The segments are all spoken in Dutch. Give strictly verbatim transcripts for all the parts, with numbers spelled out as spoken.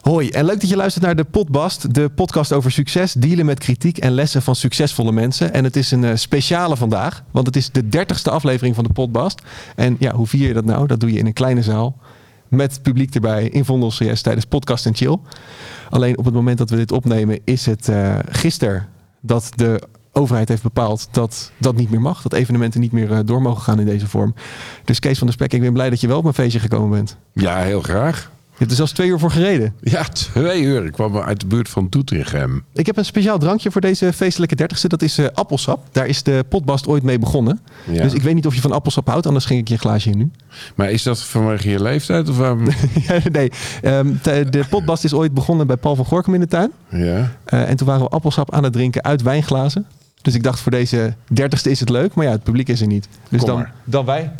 Hoi en leuk dat je luistert naar de Podbast, de podcast over succes, dealen met kritiek en lessen van succesvolle mensen. En het is een uh, speciale vandaag, want het is de dertigste aflevering van de Podbast. En ja, hoe vier je dat nou? Dat doe je in een kleine zaal met publiek erbij in Vondel C S tijdens Podcast en Chill. Alleen op het moment dat we dit opnemen is het uh, gisteren dat de overheid heeft bepaald dat dat niet meer mag. Dat evenementen niet meer uh, door mogen gaan in deze vorm. Dus Kees van der Spek, ik ben blij dat je wel op mijn feestje gekomen bent. Ja, heel graag. Je hebt er zelfs twee uur voor gereden. Ja, twee uur. Ik kwam uit de buurt van Doetinchem. Ik heb een speciaal drankje voor deze feestelijke dertigste. Dat is uh, appelsap. Daar is de Podbast ooit mee begonnen. Ja. Dus ik weet niet of je van appelsap houdt. Anders ging ik je een glaasje in nu. Maar is dat vanwege je leeftijd? Of waarom? nee, um, de Podbast is ooit begonnen bij Paul van Gorkum in de tuin. Ja. Uh, en toen waren we appelsap aan het drinken uit wijnglazen. Dus ik dacht voor deze dertigste is het leuk. Maar ja, het publiek is er niet. Dus dan, dan wij.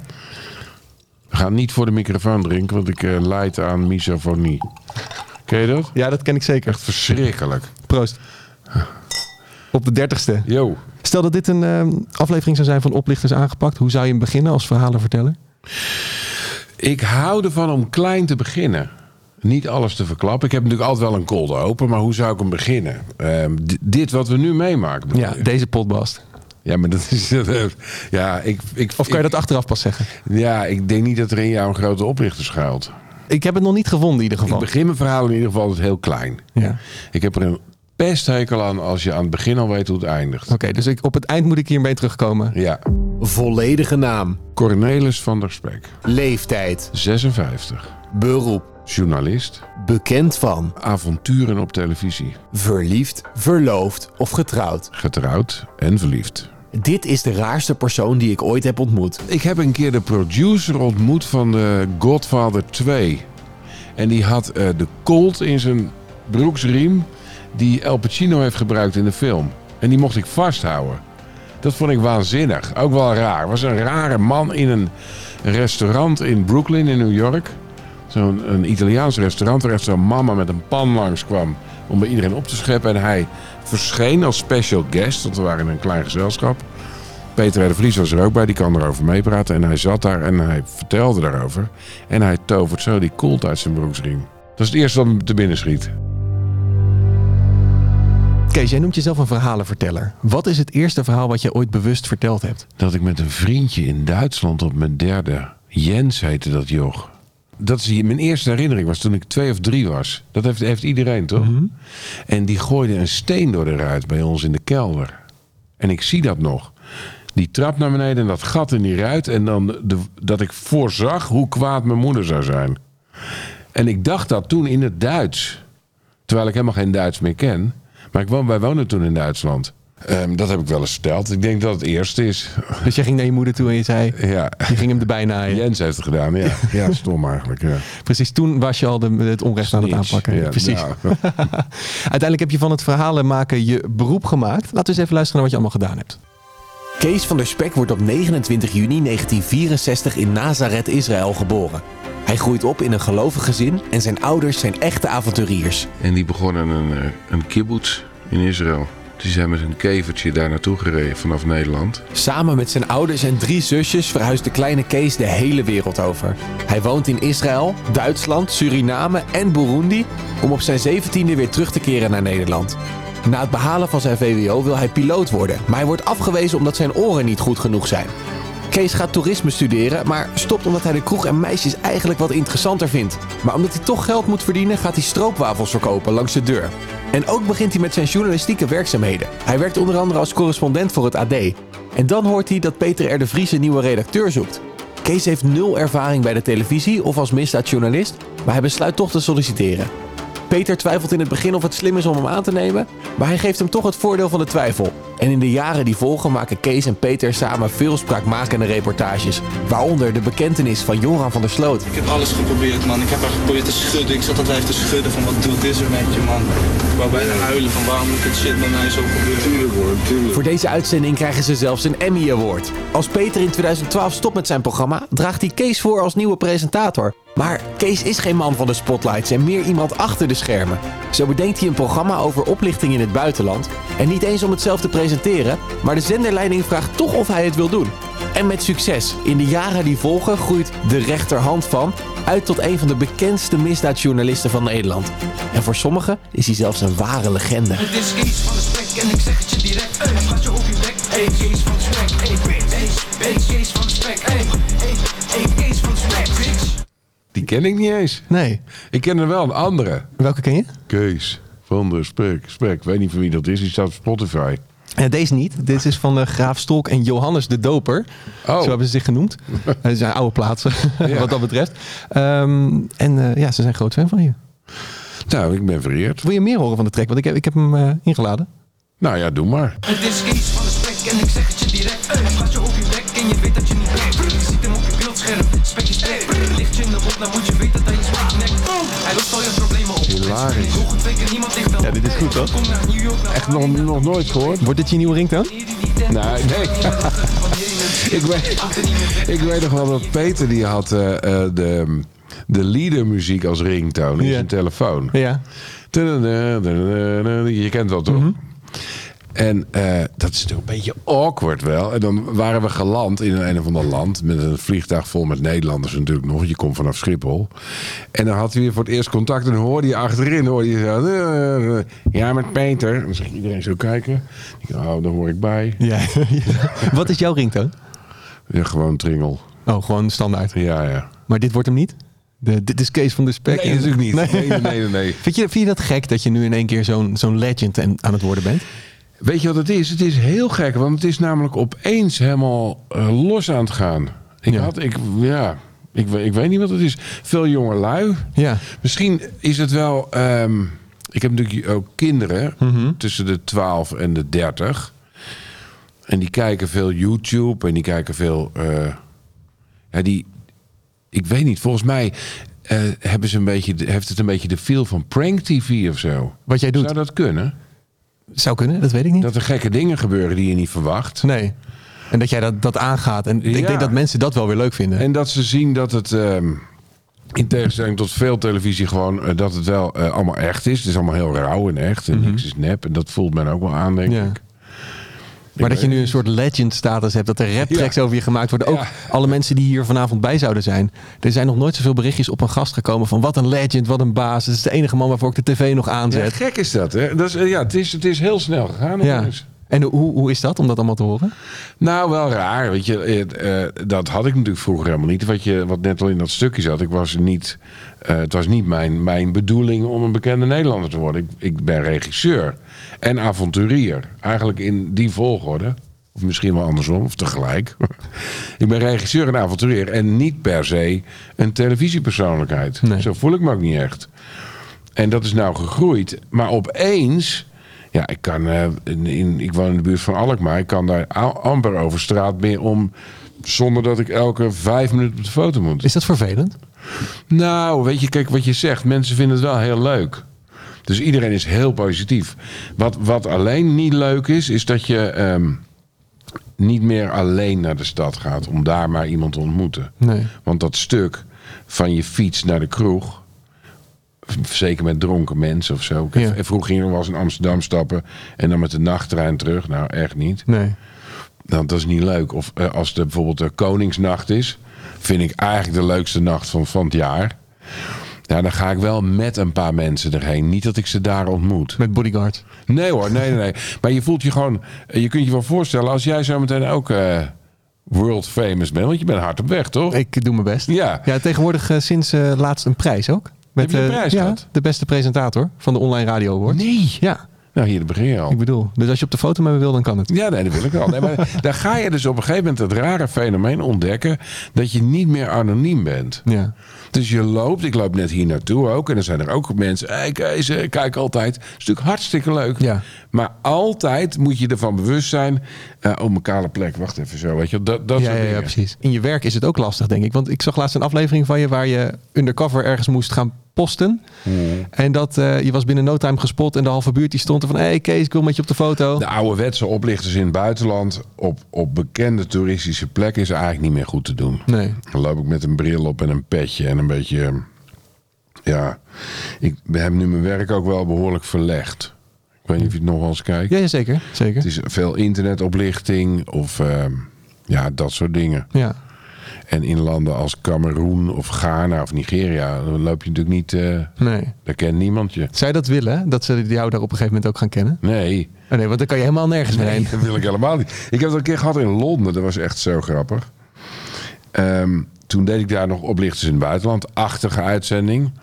Ga niet voor de microfoon drinken, want ik uh, leid aan misofonie. Ken je dat? Ja, dat ken ik zeker. Echt verschrikkelijk. Proost. Op de dertigste. Yo. Stel dat dit een uh, aflevering zou zijn van Oplichters Aangepakt. Hoe zou je hem beginnen als verhalenverteller? Ik hou ervan om klein te beginnen. Niet alles te verklappen. Ik heb natuurlijk altijd wel een cold open, maar hoe zou ik hem beginnen? Uh, d- dit wat we nu meemaken. Ja, je? Deze Podbast. Ja, maar dat is... ja, ik, ik, of kan je ik, dat achteraf pas zeggen? Ja, ik denk niet dat er in jou een grote oplichter schuilt. Ik heb het nog niet gevonden in ieder geval. Ik begin mijn verhaal in ieder geval altijd heel klein. Ja. Ik heb er een pesthekel aan als je aan het begin al weet hoe het eindigt. Oké, okay, dus ik, op het eind moet ik hiermee terugkomen. Ja. Volledige naam. Cornelis van der Spek. Leeftijd. zesenvijftig. Beroep. Journalist. Bekend van. Avonturen op televisie. Verliefd, verloofd of getrouwd. Getrouwd en verliefd. Dit is de raarste persoon die ik ooit heb ontmoet. Ik heb een keer de producer ontmoet van de Godfather twee. En die had uh, de Colt in zijn broeksriem die Al Pacino heeft gebruikt in de film. En die mocht ik vasthouden. Dat vond ik waanzinnig. Ook wel raar. Het was een rare man in een restaurant in Brooklyn in New York. Zo'n een Italiaans restaurant waar echt zo'n mama met een pan langs kwam om bij iedereen op te scheppen. En hij verscheen als special guest, want we waren in een klein gezelschap. Peter R. de Vries was er ook bij, die kan erover meepraten. En hij zat daar en hij vertelde daarover. En hij tovert zo die Colt uit zijn broeksriem. Dat is het eerste wat me te binnen schiet. Kees, jij noemt jezelf een verhalenverteller. Wat is het eerste verhaal wat je ooit bewust verteld hebt? Dat ik met een vriendje in Duitsland op mijn derde, Jens heette dat joch. Dat is mijn eerste herinnering, was toen ik twee of drie was. Dat heeft, heeft iedereen, toch? Mm-hmm. En die gooide een steen door de ruit bij ons in de kelder. En ik zie dat nog. Die trap naar beneden en dat gat in die ruit. En dan de, dat ik voorzag hoe kwaad mijn moeder zou zijn. En ik dacht dat toen in het Duits. Terwijl ik helemaal geen Duits meer ken. Maar ik woon, wij woonden toen in Duitsland. Um, dat heb ik wel eens verteld. Ik denk dat het eerste is. Dus jij ging naar je moeder toe en je zei... Ja. Je ging hem erbij naaien. Jens heeft het gedaan, ja. Ja, stom eigenlijk, ja. Precies, toen was je al de, het onrecht aan het aanpakken. Ja, precies. Nou. Uiteindelijk heb je van het verhalen maken je beroep gemaakt. Laten we eens even luisteren naar wat je allemaal gedaan hebt. Kees van der Spek wordt op negenentwintig juni negentien vierenzestig in Nazareth, Israël geboren. Hij groeit op in een gelovig gezin en zijn ouders zijn echte avonturiers. En die begonnen een, een kibbutz in Israël. Die zijn met een kevertje daar naartoe gereden vanaf Nederland. Samen met zijn ouders en drie zusjes verhuist de kleine Kees de hele wereld over. Hij woont in Israël, Duitsland, Suriname en Burundi om op zijn zeventiende weer terug te keren naar Nederland. Na het behalen van zijn V W O wil hij piloot worden, maar hij wordt afgewezen omdat zijn oren niet goed genoeg zijn. Kees gaat toerisme studeren, maar stopt omdat hij de kroeg en meisjes eigenlijk wat interessanter vindt. Maar omdat hij toch geld moet verdienen, gaat hij stroopwafels verkopen langs de deur. En ook begint hij met zijn journalistieke werkzaamheden. Hij werkt onder andere als correspondent voor het A D. En dan hoort hij dat Peter R. de Vries een nieuwe redacteur zoekt. Kees heeft nul ervaring bij de televisie of als misdaadjournalist, maar hij besluit toch te solliciteren. Peter twijfelt in het begin of het slim is om hem aan te nemen, maar hij geeft hem toch het voordeel van de twijfel. En in de jaren die volgen maken Kees en Peter samen veel spraakmakende reportages. Waaronder de bekentenis van Joran van der Sloot. Ik heb alles geprobeerd, man. Ik heb haar geprobeerd te schudden. Ik zat dat lijf te schudden van wat doet dit er met je, man. Ik wou bijna huilen van waarom moet dit shit met mij zo gebeuren. Tuurlijk hoor, tuurlijk. Voor deze uitzending krijgen ze zelfs een Emmy Award. Als Peter in twintig twaalf stopt met zijn programma, draagt hij Kees voor als nieuwe presentator. Maar Kees is geen man van de spotlights en meer iemand achter de schermen. Zo bedenkt hij een programma over oplichting in het buitenland. En niet eens om het zelf te presenteren, maar de zenderleiding vraagt toch of hij het wil doen. En met succes. In de jaren die volgen groeit de rechterhand van uit tot een van de bekendste misdaadjournalisten van Nederland. En voor sommigen is hij zelfs een ware legende. Het is Kees van de Spek en ik zeg het je direct. Hey, gaat je op je bek. Hey, Kees van de Spek. Hey, hey, Kees van de Spek. Hey, hey, hey, Kees van de Spek, bitch. Die ken ik niet eens. Nee. Ik ken er wel een andere. Welke ken je? Kees van de Spek. Spek. Ik weet niet van wie dat is. Die staat op Spotify. Uh, deze niet. Dit is van uh, Graaf Stolk en Johannes de Doper. Oh. Zo hebben ze zich genoemd. Het zijn oude plaatsen, Ja. wat dat betreft. Um, en uh, ja, ze zijn groot fan van je. Nou, ik ben vereerd. Wil je meer horen van de track? Want ik heb, ik heb hem uh, ingeladen. Nou ja, doe maar. Het is Kees van de Spek en ik zeg het je direct. Hey, gaat je op je bek en je weet dat je niet bent. Je ziet hem op je beeldscherm. Spek is echt. Licht je in de rot, dan moet je weten dat je spek nek. Hij lost al je problemen op. Hilarisch. Nog een twee keer niemand heeft wel. Ja, dit is goed, toch? Kom naar New York. Echt nog, nog nooit gehoord? Wordt dit je nieuwe ringtoon? Nee, nee. ik, weet, ik weet nog wel dat Peter die had uh, uh, de, de leadermuziek als ringtone in Ja. zijn telefoon. Ja. Je kent dat toch? Mm-hmm. En uh, dat is toch een beetje awkward wel. En dan waren we geland in een, een of ander land. Met een vliegtuig vol met Nederlanders natuurlijk nog. Je komt vanaf Schiphol. En dan had hij weer voor het eerst contact. En dan hoorde je achterin. Hoorde je zo, uh, uh, ja, met Peter. En dan zag iedereen zo kijken. Ik dacht, oh, daar hoor ik bij. Ja. Wat is jouw ringtoon? Ja, gewoon Tringel. Oh, gewoon standaard. Ja, ja. Maar dit wordt hem niet? De, dit is Kees van de Spek. Nee, natuurlijk niet. Nee. Nee, nee, nee, nee. Vind, je, vind je dat gek dat je nu in één keer zo'n zo'n legend en, aan het worden bent? Weet je wat het is? Het is heel gek, want het is namelijk opeens helemaal uh, los aan het gaan. Ik Ja. had, ik, ja, ik, ik weet niet wat het is. Veel jonge lui. Ja. Misschien is het wel. Um, ik heb natuurlijk ook kinderen Mm-hmm. tussen de twaalf en de dertig. En die kijken veel YouTube en die kijken veel. Uh, ja, die. Ik weet niet, volgens mij uh, hebben ze een beetje, heeft het een beetje de feel van prank T V of zo. Wat jij doet. Zou dat kunnen? Zou kunnen, dat weet ik niet. Dat er gekke dingen gebeuren die je niet verwacht. Nee. En dat jij dat, dat aangaat. En ik Ja. denk dat mensen dat wel weer leuk vinden. En dat ze zien dat het, um, in tegenstelling tot veel televisie, gewoon uh, dat het wel uh, allemaal echt is. Het is allemaal heel rauw en echt en Mm-hmm. niks is nep. En dat voelt men ook wel aan, denk Ja. ik. Maar Ik dat je weet nu een soort legend status hebt. Dat er rap tracks Ja. over je gemaakt worden. Ook Ja. alle mensen die hier vanavond bij zouden zijn. Er zijn nog nooit zoveel berichtjes op een gast gekomen. Van wat een legend, wat een baas. Het is de enige man waarvoor ik de tv nog Ja, aanzet. gek is dat, hè? Dat is, uh, ja, het, is, het is heel snel gegaan. Ja. opeens. En hoe, hoe is dat om dat allemaal te horen? Nou, wel raar. Weet je, uh, uh, dat had ik natuurlijk vroeger helemaal niet. Wat, je, wat net al in dat stukje zat. Ik was niet, uh, het was niet mijn, mijn bedoeling om een bekende Nederlander te worden. Ik, ik ben regisseur en avonturier. Eigenlijk in die volgorde. Of misschien wel andersom, of tegelijk. Ik ben regisseur en avonturier. En niet per se een televisiepersoonlijkheid. Nee. Zo voel ik me ook niet echt. En dat is nou gegroeid. Maar opeens... Ja, ik kan... Uh, in, in, ik woon in de buurt van Alkmaar. Ik kan daar a- amper over straat meer om... zonder dat ik elke vijf minuten op de foto moet. Is dat vervelend? Nou, weet je, kijk wat je zegt. Mensen vinden het wel heel leuk. Dus iedereen is heel positief. Wat, wat alleen niet leuk is, is dat je... Um, niet meer alleen naar de stad gaat om daar maar iemand te ontmoeten. Nee. Want dat stuk van je fiets naar de kroeg, zeker met dronken mensen of zo. Ja. En vroeger ging ik wel eens in Amsterdam stappen en dan met de nachttrein terug. Nou, echt niet. Nee. Nou, dat is niet leuk. Of uh, als er bijvoorbeeld de Koningsnacht is, vind ik eigenlijk de leukste nacht van, van het jaar. Nou, dan ga ik wel met een paar mensen erheen. Niet dat ik ze daar ontmoet. Met bodyguards. Nee hoor, nee, nee, nee. Maar je voelt je gewoon... Je kunt je wel voorstellen als jij zo meteen ook uh, world famous bent. Want je bent hard op weg, toch? Ik doe mijn best. Ja. Ja, tegenwoordig uh, sinds uh, laatst een prijs ook. Met, Heb je een uh, prijs ja, gehad? de beste presentator van de Online Radio Award. Nee. Ja, Nou, hier begin je al. ik bedoel. Dus als je op de foto met me wil, dan kan het. Ja, nee, dat wil ik wel. Nee, maar daar ga je dus op een gegeven moment het rare fenomeen ontdekken... dat je niet meer anoniem bent. Ja. Dus je loopt, ik loop net hier naartoe ook... en dan zijn er ook mensen, hey Kees, ik kijk altijd. Dat is natuurlijk hartstikke leuk. Ja. Maar altijd moet je ervan bewust zijn... Uh, oh, mijn kale plek, wacht even zo, weet je. Dat, dat Ja, soort ja, ja, dingen. precies. In je werk is het ook lastig, denk ik. Want ik zag laatst een aflevering van je... waar je undercover ergens moest gaan posten. Hmm. En dat uh, je was binnen no time gespot... en de halve buurt die stond er van... hé hey Kees, ik wil met je op de foto. De ouderwetse oplichters in het buitenland... op, op bekende toeristische plekken is eigenlijk niet meer goed te doen. Nee. Dan loop ik met een bril op en een petje en een beetje... Ja, ik heb nu mijn werk ook wel behoorlijk verlegd. Ik weet niet of je het nog wel eens kijkt. Ja, ja, zeker. zeker. Het is veel internetoplichting of uh, ja, dat soort dingen. Ja. En in landen als Cameroen of Ghana of Nigeria... dan loop je natuurlijk niet... Uh, nee. Daar kent niemand je. Zou je dat willen? Dat ze jou daar op een gegeven moment ook gaan kennen? Nee. Oh nee, want dan kan je helemaal nergens meer heen. Nee, dat wil ik helemaal niet. Ik heb dat een keer gehad in Londen. Dat was echt zo grappig. Um, toen deed ik daar nog Oplichters in het buitenland. Achtige uitzending.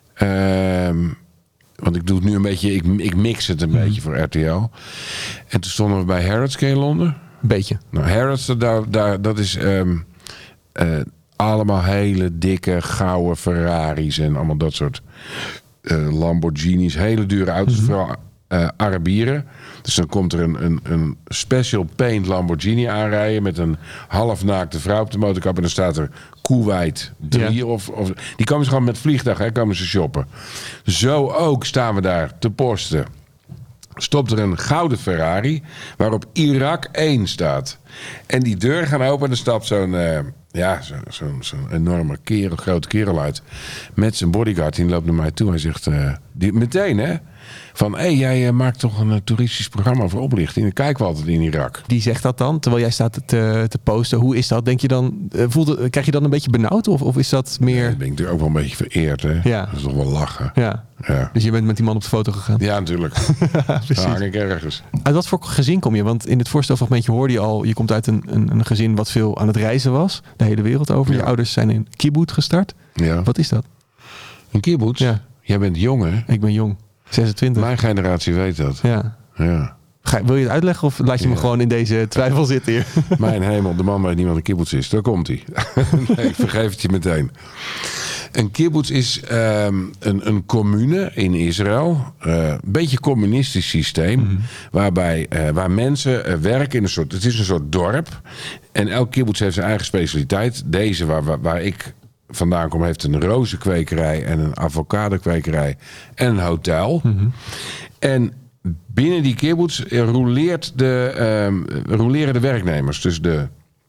Um, want ik doe het nu een beetje... Ik, ik mix het een mm. beetje voor R T L. En toen stonden we bij Harrods. Ken je Londen? Beetje. Nou, Harrods, daar, daar, dat is... Um, uh, allemaal hele dikke, gouden Ferraris... en allemaal dat soort uh, Lamborghinis. Hele dure auto's, mm-hmm. vooral uh, Arabieren. Dus dan komt er een, een, een special paint Lamborghini aanrijden... met een halfnaakte vrouw op de motorkap... en dan staat er Kuwait drie. Ja. Of, of, die komen ze gewoon met vliegtuig, hè, komen ze shoppen. Zo ook staan we daar te posten. Stopt er een gouden Ferrari... waarop Irak één staat. En die deur gaan open en er stapt zo'n... Uh, ja, zo'n zo, zo enorme kerel, grote kerel uit. Met zijn bodyguard. Die loopt naar mij toe. Hij zegt uh, die, meteen, hè... Van, hé, hey, jij uh, maakt toch een uh, toeristisch programma over oplichting. Dan kijken we altijd in Irak. Die zegt dat dan, terwijl jij staat te, te posten. Hoe is dat? Denk je dan, uh, voelt het, krijg je dan een beetje benauwd? Of, of is dat meer... Ja, ik ben natuurlijk ook wel een beetje vereerd, hè. Ja. Dat is toch wel lachen. Ja. Ja. Dus je bent met die man op de foto gegaan? Ja, natuurlijk. Daar hang ik ergens. Uit wat voor gezin kom je? Want in het voorstelfragmentje hoorde je al... je komt uit een, een, een gezin wat veel aan het reizen was. De hele wereld over. Ja. Je ouders zijn in kibbutz gestart. Ja. Wat is dat? Een kibbutz? Ja. Jij bent jong, hè? Ik ben jong. zesentwintig. Mijn generatie weet dat. Ja. Ja. Ga, wil je het uitleggen of laat je ja. me gewoon in deze twijfel zitten hier? Mijn hemel, de man weet niet wat een kibbutz is. Daar komt hij. Nee, ik vergeef het je meteen. Een kibbutz is um, een, een commune in Israël. Uh, een beetje een communistisch systeem. Mm-hmm. Waarbij uh, waar mensen uh, werken in een soort... Het is een soort dorp. En elk kibbutz heeft zijn eigen specialiteit. Deze waar, waar, waar ik... vandaan kom, heeft een rozenkwekerij en een avocadokwekerij en een hotel. Mm-hmm. En binnen die kibbutz roleert de, um, roleren de werknemers. Dus de,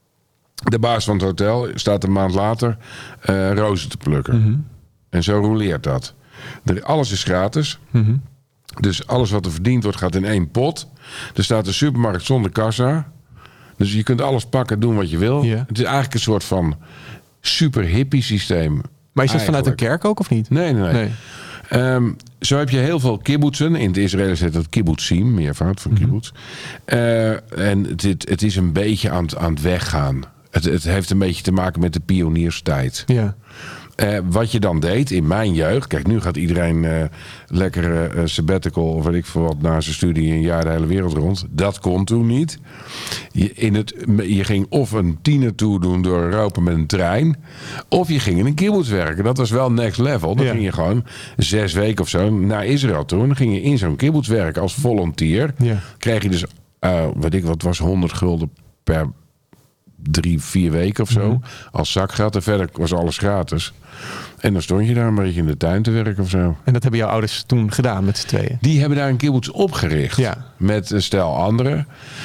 de baas van het hotel staat een maand later uh, rozen te plukken. Mm-hmm. En zo roleert dat. De, alles is gratis. Mm-hmm. Dus alles wat er verdiend wordt gaat in één pot. Er staat een supermarkt zonder kassa. Dus je kunt alles pakken, doen wat je wil. Yeah. Het is eigenlijk een soort van... super hippie systeem. Maar is dat vanuit een kerk ook of niet? Nee, nee, nee. nee. Um, zo heb je heel veel kibbutzen. In het Israëlisch heet dat kibbutzim, meervoud van kibbutz. Mm-hmm. Uh, en het, het is een beetje aan het, aan het weggaan. Het, het heeft een beetje te maken met de pionierstijd. Ja. Uh, wat je dan deed in mijn jeugd... Kijk, nu gaat iedereen uh, lekker uh, sabbatical... of weet ik veel wat, na zijn studie een jaar de hele wereld rond. Dat kon toen niet. Je, in het, je ging of een tienertour doen door Europa met een trein... of je ging in een kibbutz werken. Dat was wel next level. Dan ja. ging je gewoon zes weken of zo naar Israël toe... en dan ging je in zo'n kibbutz werken als volontier. Ja. Kreeg je dus, uh, weet ik wat was, honderd gulden per... drie, vier weken of zo. Mm-hmm. Als zakgeld. En verder was alles gratis. En dan stond je daar een beetje in de tuin te werken of zo. En dat hebben jouw ouders toen gedaan met z'n tweeën? Die hebben daar een kibbutz opgericht. Ja. Met een stel anderen.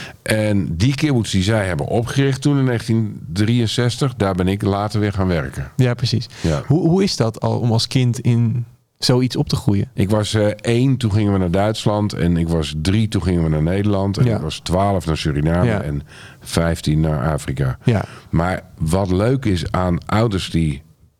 En die kibbutz die zij hebben opgericht toen in negentien drieënzestig... daar ben ik later weer gaan werken. Ja, precies. Ja. Hoe, hoe is dat al om als kind in... zoiets op te groeien? Ik was uh, één, toen gingen we naar Duitsland. En ik was drie, toen gingen we naar Nederland. En ja. ik was twaalf naar Suriname. Ja. En vijftien naar Afrika. Ja. Maar wat leuk is aan ouders die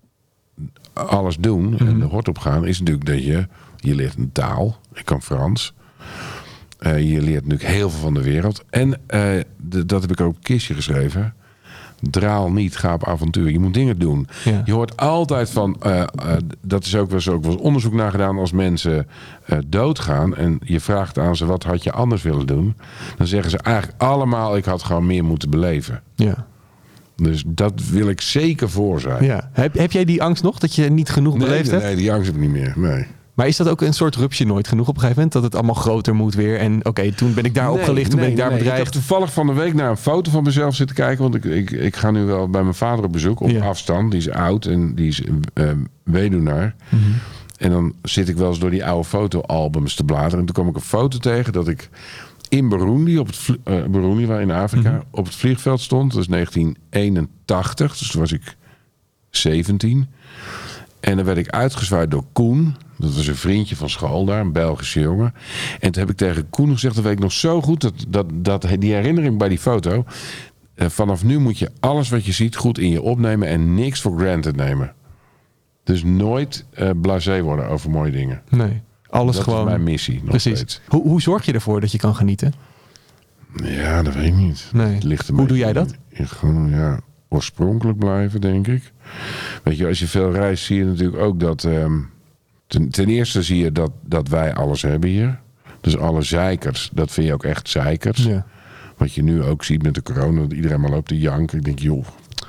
alles doen... Mm-hmm. en de hort op gaan... is natuurlijk dat je... je leert een taal. Ik kan Frans. Uh, je leert natuurlijk heel veel van de wereld. En uh, de, dat heb ik ook op een kistje geschreven... Draal niet, ga op avontuur. Je moet dingen doen. Ja. Je hoort altijd van... Uh, uh, dat is ook wel eens, ook wel eens onderzoek naar gedaan... als mensen uh, doodgaan... en je vraagt aan ze... wat had je anders willen doen? Dan zeggen ze eigenlijk allemaal... ik had gewoon meer moeten beleven. Ja. Dus dat wil ik zeker voor zijn. Ja. Heb, heb jij die angst nog? Dat je niet genoeg nee, beleefd nee, hebt? Nee, die angst heb ik niet meer. Nee. Maar is dat ook een soort rupsje nooit genoeg op een gegeven moment? Dat het allemaal groter moet weer. En oké, okay, toen ben ik daar nee, opgelicht, toen nee, ben ik daar nee. bedreigd. Ik heb toevallig van de week naar een foto van mezelf zitten kijken. Want ik, ik, ik ga nu wel bij mijn vader op bezoek. Op ja. afstand. Die is oud en die is uh, weduwnaar. Mm-hmm. En dan zit ik wel eens door die oude fotoalbums te bladeren. En toen kwam ik een foto tegen dat ik in Burundi, op het vlie- uh, Burundi, waar in Afrika, mm-hmm. op het vliegveld stond. Dat is negentien eenentachtig. Dus toen was ik zeventien. En dan werd ik uitgezwaaid door Koen. Dat was een vriendje van school daar, een Belgische jongen. En toen heb ik tegen Koen gezegd, dat weet ik nog zo goed... dat, dat, dat die herinnering bij die foto... uh, vanaf nu moet je alles wat je ziet goed in je opnemen en niks voor granted nemen. Dus nooit uh, blasé worden over mooie dingen. Nee, alles dat gewoon. Dat is mijn missie nog Precies. steeds. Hoe, hoe zorg je ervoor dat je kan genieten? Ja, dat weet ik niet. Nee. Het ligt een Hoe beetje doe jij dat? in- in gewoon, ja, oorspronkelijk blijven, denk ik. Weet je, als je veel reist, zie je natuurlijk ook dat... Um, ten, ten eerste zie je dat, dat wij alles hebben hier. Dus alle zeikers, dat vind je ook echt zeikers. Ja. Wat je nu ook ziet met de corona, dat iedereen maar loopt te janken. Ik denk, joh,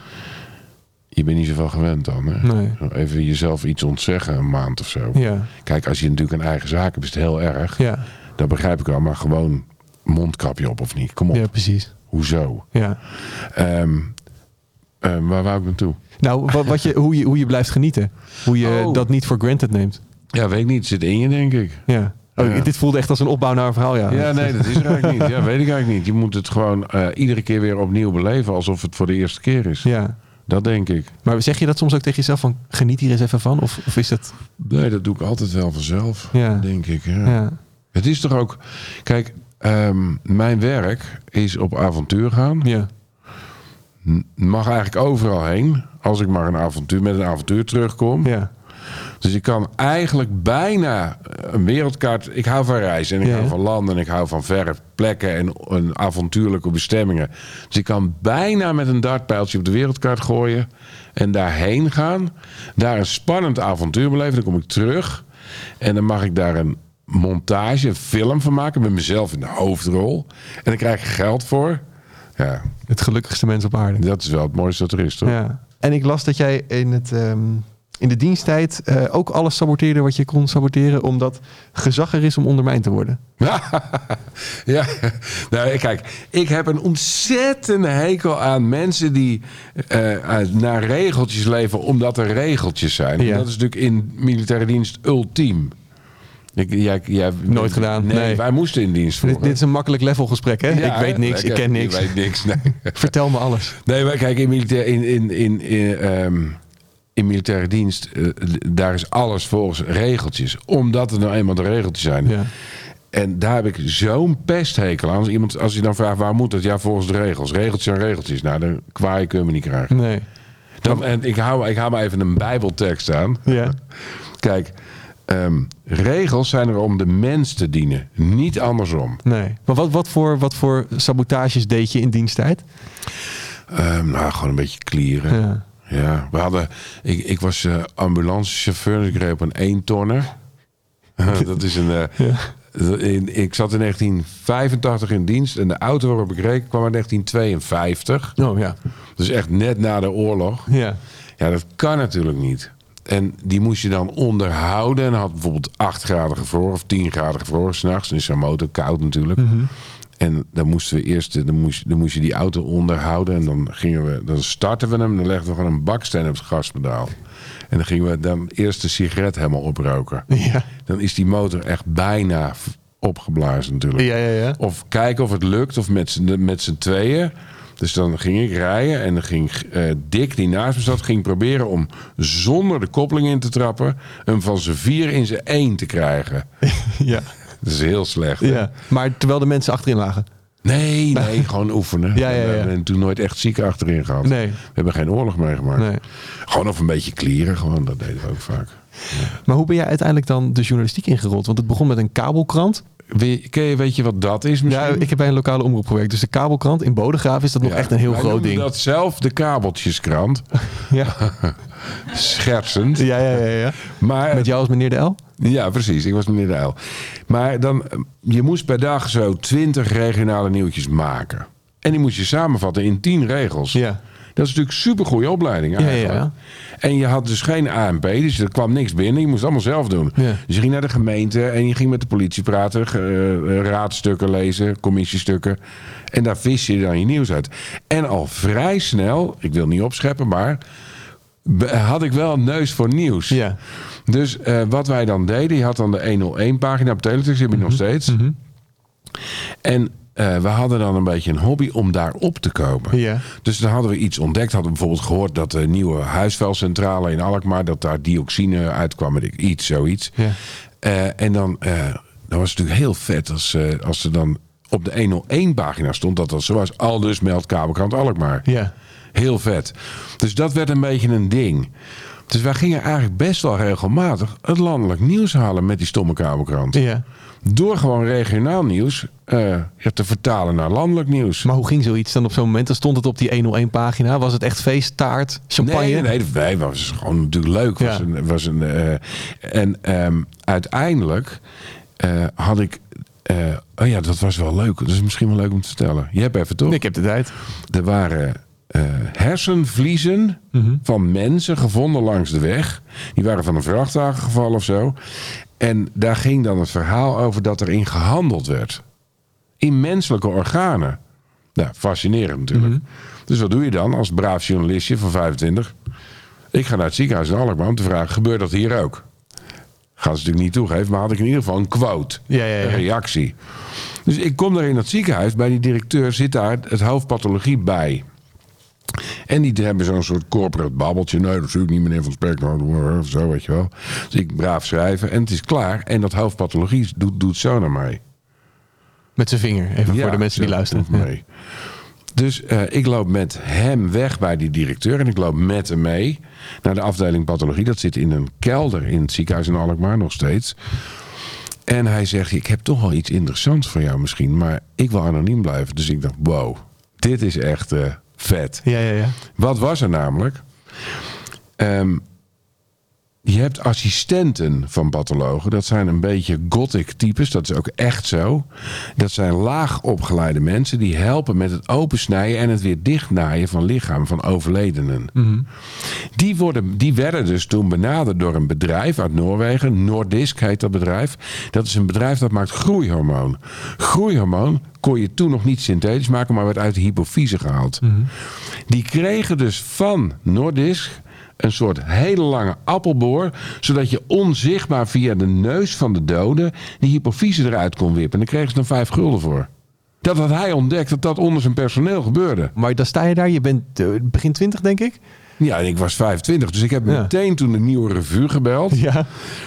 je bent niet zoveel gewend dan. Hè? Nee. Even jezelf iets ontzeggen, een maand of zo. Ja. Kijk, als je natuurlijk een eigen zaak hebt, is het heel erg. Ja. Dat begrijp ik wel, maar gewoon mondkapje op of niet. Kom op. Ja, precies. Hoezo? Ja. Um, um, waar wou ik naartoe? Nou, wat, wat je, hoe, je, hoe je blijft genieten. Hoe je Oh. dat niet voor granted neemt. Ja, weet ik niet. Het zit in je, denk ik. Ja. Oh, Ja. Dit voelde echt als een opbouw naar een verhaal, ja. Ja, nee, dat is er eigenlijk niet. Ja, weet ik eigenlijk niet. Je moet het gewoon uh, iedere keer weer opnieuw beleven, alsof het voor de eerste keer is. Ja. Dat denk ik. Maar zeg je dat soms ook tegen jezelf van, geniet hier eens even van? Of, of is dat... Nee, dat doe ik altijd wel vanzelf, Ja. denk ik. Ja. Ja. Het is toch ook... Kijk, um, mijn werk is op avontuur gaan. Ja. Mag eigenlijk overal heen. Als ik maar een avontuur, met een avontuur terugkom. Ja. Dus ik kan eigenlijk bijna een wereldkaart... Ik hou van reizen en ik Ja. hou van landen... en ik hou van verre plekken en, en avontuurlijke bestemmingen. Dus ik kan bijna met een dartpijltje op de wereldkaart gooien... en daarheen gaan. Daar een spannend avontuur beleven. Dan kom ik terug. En dan mag ik daar een montage, een film van maken... met mezelf in de hoofdrol. En dan krijg ik geld voor. Ja, Het gelukkigste mens op aarde. dat is wel het mooiste dat er is, toch? Ja. En ik las dat jij in, het, um, in de diensttijd uh, ook alles saboteerde wat je kon saboteren, omdat gezag er is om ondermijnd te worden. Ja, nou, kijk, ik heb een ontzettende hekel aan mensen die uh, naar regeltjes leven omdat er regeltjes zijn. Ja. En dat is natuurlijk in militaire dienst ultiem. Ik, jij, jij, Nooit gedaan, Nee, nee. wij moesten in dienst voor. Dit, dit is een makkelijk levelgesprek, hè? Ja, ik weet niks, kijk, ik ken niks. Je weet niks, nee. Vertel me alles. Nee, maar kijk, in, militair, in, in, in, in, um, in militaire dienst, uh, daar is alles volgens regeltjes. Omdat er nou eenmaal de regeltjes zijn. Ja. En daar heb ik zo'n pesthekel aan. Als, iemand, als je dan vraagt, waar moet het? Ja, volgens de regels. Regeltjes zijn regeltjes. Nou, dan kwaai kun je me niet krijgen. Nee. Dan, en ik hou, ik hou maar even een bijbeltekst aan. Ja. Kijk, um, regels zijn er om de mens te dienen. Niet andersom. Nee. Maar wat, wat, voor, wat voor sabotages deed je in diensttijd? Um, nou, gewoon een beetje klieren. Ja. Ja, we hadden... Ik, ik was uh, ambulancechauffeur, dus ik reed op een eentonner. Dat is een... Uh, Ja. in, ik zat in negentien vijfentachtig in dienst en de auto waarop ik reed kwam in negentien tweeënvijftig. Oh ja. Dus echt net na de oorlog. Ja. Ja, dat kan natuurlijk niet. En die moest je dan onderhouden. En had bijvoorbeeld acht graden gevroren of tien graden gevroren s'nachts. Dan is zo'n motor koud natuurlijk. Mm-hmm. En dan moesten we eerst, dan moest, dan moest je die auto onderhouden. En dan gingen we, dan starten we hem. En dan legden we gewoon een baksteen op het gaspedaal. En dan gingen we dan eerst de sigaret helemaal oproken. Ja. Dan is die motor echt bijna opgeblazen natuurlijk. Ja, ja, ja. Of kijken of het lukt, of met z'n, met z'n tweeën. Dus dan ging ik rijden en dan ging uh, Dick, die naast me zat, ging proberen om zonder de koppeling in te trappen, hem van zijn vier in zijn één te krijgen. Ja. Dat is heel slecht. Hè? Ja. Maar terwijl de mensen achterin lagen. Nee, nee, gewoon oefenen. Ja, ja, ja. We hebben toen nooit echt zieken achterin gehad. Nee. We hebben geen oorlog meegemaakt. Nee. Gewoon of een beetje klieren, gewoon, dat deden we ook vaak. Maar hoe ben jij uiteindelijk dan de journalistiek ingerold? Want het begon met een kabelkrant. Weet, ken je, weet je wat dat is misschien? Ja, ik heb bij een lokale omroep gewerkt. Dus de kabelkrant in Bodegraven is dat nog Ja, echt een heel wij groot noemden ding. dat zelf de kabeltjeskrant. Ja. Schertsend. Ja, ja, ja, ja. Maar, Met jou als meneer de L? Ja, precies. Ik was meneer de Uil. Maar dan, je moest per dag zo twintig regionale nieuwtjes maken. En die moest je samenvatten in tien regels. Ja. Dat is natuurlijk een supergoeie opleiding eigenlijk. Ja, ja. En je had dus geen A N P, dus er kwam niks binnen. Je moest het allemaal zelf doen. Ja. Dus je ging naar de gemeente en je ging met de politie praten. Uh, raadstukken lezen, commissiestukken. En daar vis je dan je nieuws uit. En al vrij snel, ik wil niet opscheppen, maar had ik wel een neus voor nieuws. Ja. Dus uh, wat wij dan deden, je had dan de honderdéén pagina op teletext, die heb ik nog steeds. Mm-hmm. En uh, we hadden dan een beetje een hobby om daar op te komen. Ja. Dus dan hadden we iets ontdekt. Hadden we bijvoorbeeld gehoord dat de nieuwe huisvuilcentrale in Alkmaar, dat daar dioxine uitkwam, met iets, zoiets. Ja. Uh, en dan, uh, dan was het natuurlijk heel vet als, uh, als er dan op de honderdéén pagina stond dat dat zo was. Aldus meldt Kabelkrant Alkmaar. Ja. Heel vet. Dus dat werd een beetje een ding. Dus wij gingen eigenlijk best wel regelmatig het landelijk nieuws halen met die stomme kabelkrant. Ja. Door gewoon regionaal nieuws uh, te vertalen naar landelijk nieuws. Maar hoe ging zoiets dan op zo'n moment? Dan stond het op die honderdéén pagina. Was het echt feest, taart, champagne? Nee, nee, nee, nee was gewoon natuurlijk leuk. Was Ja. een, was een, uh, en um, uiteindelijk uh, had ik... Uh, oh ja, dat was wel leuk. Dat is misschien wel leuk om te vertellen. Je hebt even toch? Ik heb de tijd. Er waren uh, hersenvliezen Mm-hmm. van mensen gevonden langs de weg. Die waren van een vrachtwagen gevallen of zo. En daar ging dan het verhaal over dat er in gehandeld werd. In menselijke organen. Nou, fascinerend natuurlijk. Mm-hmm. Dus wat doe je dan als braaf journalistje van vijfentwintig? Ik ga naar het ziekenhuis in Alkmaar om te vragen, gebeurt dat hier ook? Gaan ze natuurlijk niet toegeven, maar had ik in ieder geval een quote. Ja, ja, ja. Een reactie. Dus ik kom daar in dat ziekenhuis. Bij die directeur zit daar het hoofdpathologie bij. En die hebben zo'n soort corporate babbeltje. Nee, dat zie ik niet, meneer Van Spek. Of zo, weet je wel. Dus ik braaf schrijven en het is klaar. En dat hoofdpathologie doet, doet zo naar mij. Met zijn vinger, even Ja, voor de mensen die zo luisteren. doet mee. Dus uh, ik loop met hem weg bij die directeur. En ik loop met hem mee naar de afdeling pathologie. Dat zit in een kelder in het ziekenhuis in Alkmaar nog steeds. En hij zegt, ik heb toch wel iets interessants voor jou misschien. Maar ik wil anoniem blijven. Dus ik dacht, wow, dit is echt uh, vet. Ja, ja, ja. Wat was er namelijk? Um, je hebt assistenten van pathologen. Dat zijn een beetje gothic types. Dat is ook echt zo. Dat zijn laag opgeleide mensen die helpen met het opensnijden en het weer dichtnaaien van lichamen van overledenen. Mm-hmm. Die, worden, die werden dus toen benaderd door een bedrijf uit Noorwegen. Nordisk heet dat bedrijf. Dat is een bedrijf dat maakt groeihormoon. Groeihormoon kon je toen nog niet synthetisch maken, maar werd uit de hypofyse gehaald. Mm-hmm. Die kregen dus van Nordisk een soort hele lange appelboor, zodat je onzichtbaar via de neus van de dode die hypofyse eruit kon wippen. En daar kregen ze dan vijf gulden voor. Dat had hij ontdekt, dat dat onder zijn personeel gebeurde. Maar dan sta je daar, je bent uh, begin twintig, denk ik? Ja, en ik was vijfentwintig, dus ik heb Ja. meteen toen de Nieuwe Revue gebeld. Ja.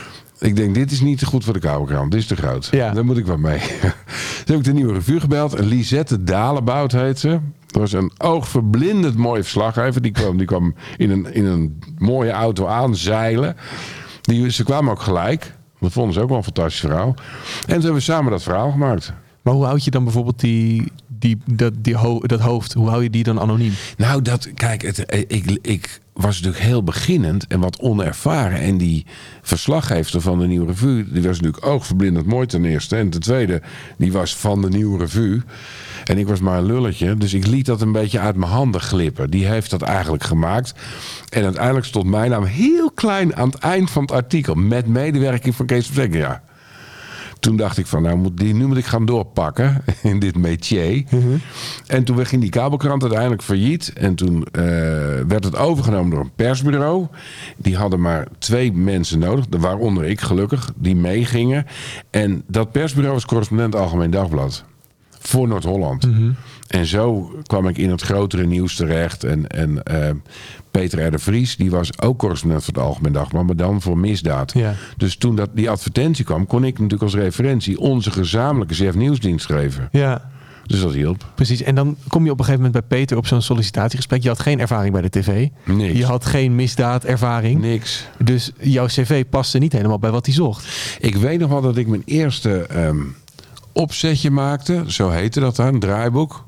Ik denk, dit is niet te goed voor de Kabelkrant. Dit is te groot. Ja. Daar moet ik wat mee. Toen heb ik de Nieuwe Revue gebeld. Lisette Dalebout heet ze. Dat was een oogverblindend mooie verslaggever. Die kwam, die kwam in, een, in een mooie auto aanzeilen. Die, ze kwamen ook gelijk. Dat vonden ze ook wel een fantastisch verhaal. En toen hebben we samen dat verhaal gemaakt. Maar hoe houd je dan bijvoorbeeld die, die, dat, die ho- dat hoofd, hoe hou je die dan anoniem? Nou, dat, kijk, het, ik, ik was natuurlijk heel beginnend en wat onervaren. En die verslaggever van de Nieuwe Revue, die was natuurlijk oogverblindend mooi ten eerste. En ten tweede, die was van de Nieuwe Revue. En ik was maar een lulletje. Dus ik liet dat een beetje uit mijn handen glippen. Die heeft dat eigenlijk gemaakt. En uiteindelijk stond mijn naam heel klein aan het eind van het artikel. Met medewerking van Kees van Spek. Ja. Toen dacht ik van, nou moet die, nu moet ik gaan doorpakken in dit métier. Mm-hmm. En toen ging die kabelkrant uiteindelijk failliet. En toen uh, werd het overgenomen door een persbureau. Die hadden maar twee mensen nodig, waaronder ik gelukkig, die meegingen. En dat persbureau was correspondent Algemeen Dagblad. Voor Noord-Holland. Mm-hmm. En zo kwam ik in het grotere nieuws terecht. En, en uh, Peter R. de Vries, die was ook correspondent voor het Algemeen Dagblad, maar dan voor misdaad. Ja. Dus toen dat, die advertentie kwam, kon ik natuurlijk als referentie onze gezamenlijke chef nieuwsdienst geven. Ja, Dus dat hielp. precies. En dan kom je op een gegeven moment bij Peter op zo'n sollicitatiegesprek. Je had geen ervaring bij de tv. Niks. Je had geen misdaadervaring. Niks. Dus jouw cv paste niet helemaal bij wat hij zocht. Ik weet nog wel dat ik mijn eerste um, opzetje maakte. Zo heette dat dan, een draaiboek.